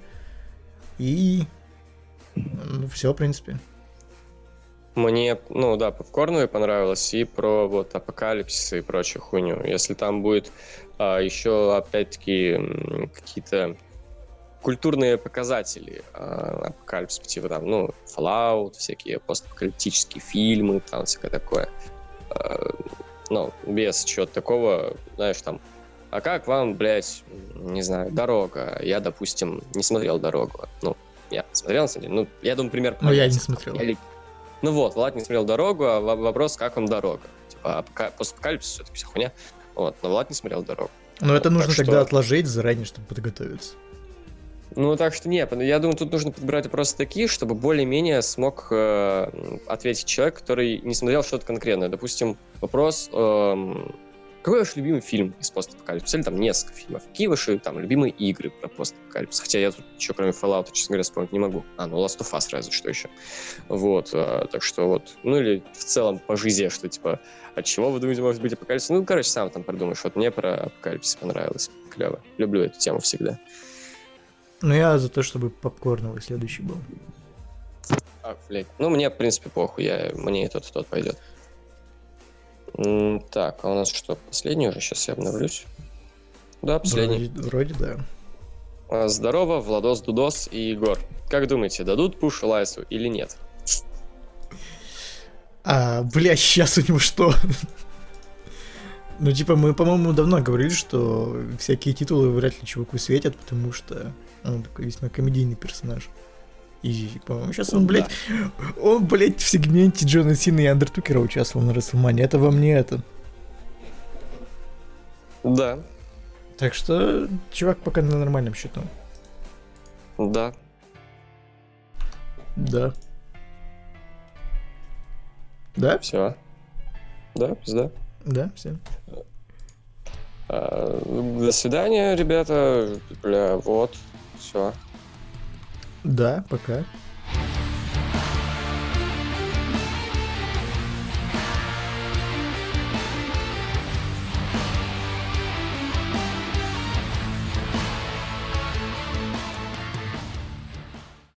И ну, все, в принципе. Мне, ну да, попкорновый понравилось, и про вот апокалипсис и прочую хуйню. Если там будет а, еще, опять-таки, м, какие-то культурные показатели а, апокалипсиса, типа там, ну, Fallout, всякие постапокалиптические фильмы, там всякое такое. А, ну, без чего-то такого, знаешь, там, а как вам, блядь, не знаю, «Дорога»? Я, допустим, не смотрел «Дорогу». Ну, я смотрел, на самом деле, ну, я думаю, пример... Но я не смотрел. Я ли- Ну вот, Влад не смотрел «Дорогу», а в- вопрос, как вам «Дорога»? Типа, апока- постапокалипсис все-таки вся хуйня. Вот, но Влад не смотрел «Дорогу». Но это Так нужно что- тогда отложить заранее, чтобы подготовиться. Ну, так что нет, я думаю, тут нужно подбирать вопросы такие, чтобы более-менее смог э, ответить человек, который не смотрел что-то конкретное. Допустим, вопрос, эм, какой ваш любимый фильм из постапокалипсиса? Или там несколько фильмов. Какие ваши там любимые игры про постапокалипсис? Хотя я тут еще кроме Fallout, честно говоря, вспомнить не могу. А, ну Last of Us разве что еще. Вот, э, так что вот. Ну или в целом по жизни, что типа, от чего вы думаете может быть апокалипсис? Ну, короче, сам там придумаешь. Вот мне про апокалипсис понравилось. Клево. Люблю эту тему всегда. Но я за то, чтобы попкорновый следующий был. А, блядь. Ну, мне, в принципе, похуй. Я... Мне и тот, и тот пойдет. М, Так, а у нас что, последний уже? Сейчас я обновлюсь. Да, последний. Вроде, вроде да. А, Здорово, Владос, Дудос и Егор. Как думаете, дадут пуш Лайсу или нет? А, бля, сейчас у него что? Ну, типа, мы, по-моему, давно говорили, что всякие титулы вряд ли чуваку светят, потому что он такой весьма комедийный персонаж. И, по-моему, сейчас он, блядь, он, блядь, в сегменте Джона Сина и Андертукера участвовал на Расселмане. Это вам не это. Да, Так что чувак пока на нормальном счету. да. Да. Да? Все. Да, пизда. Да, все. А, До свидания, ребята. Бля, вот. Все. Да, пока.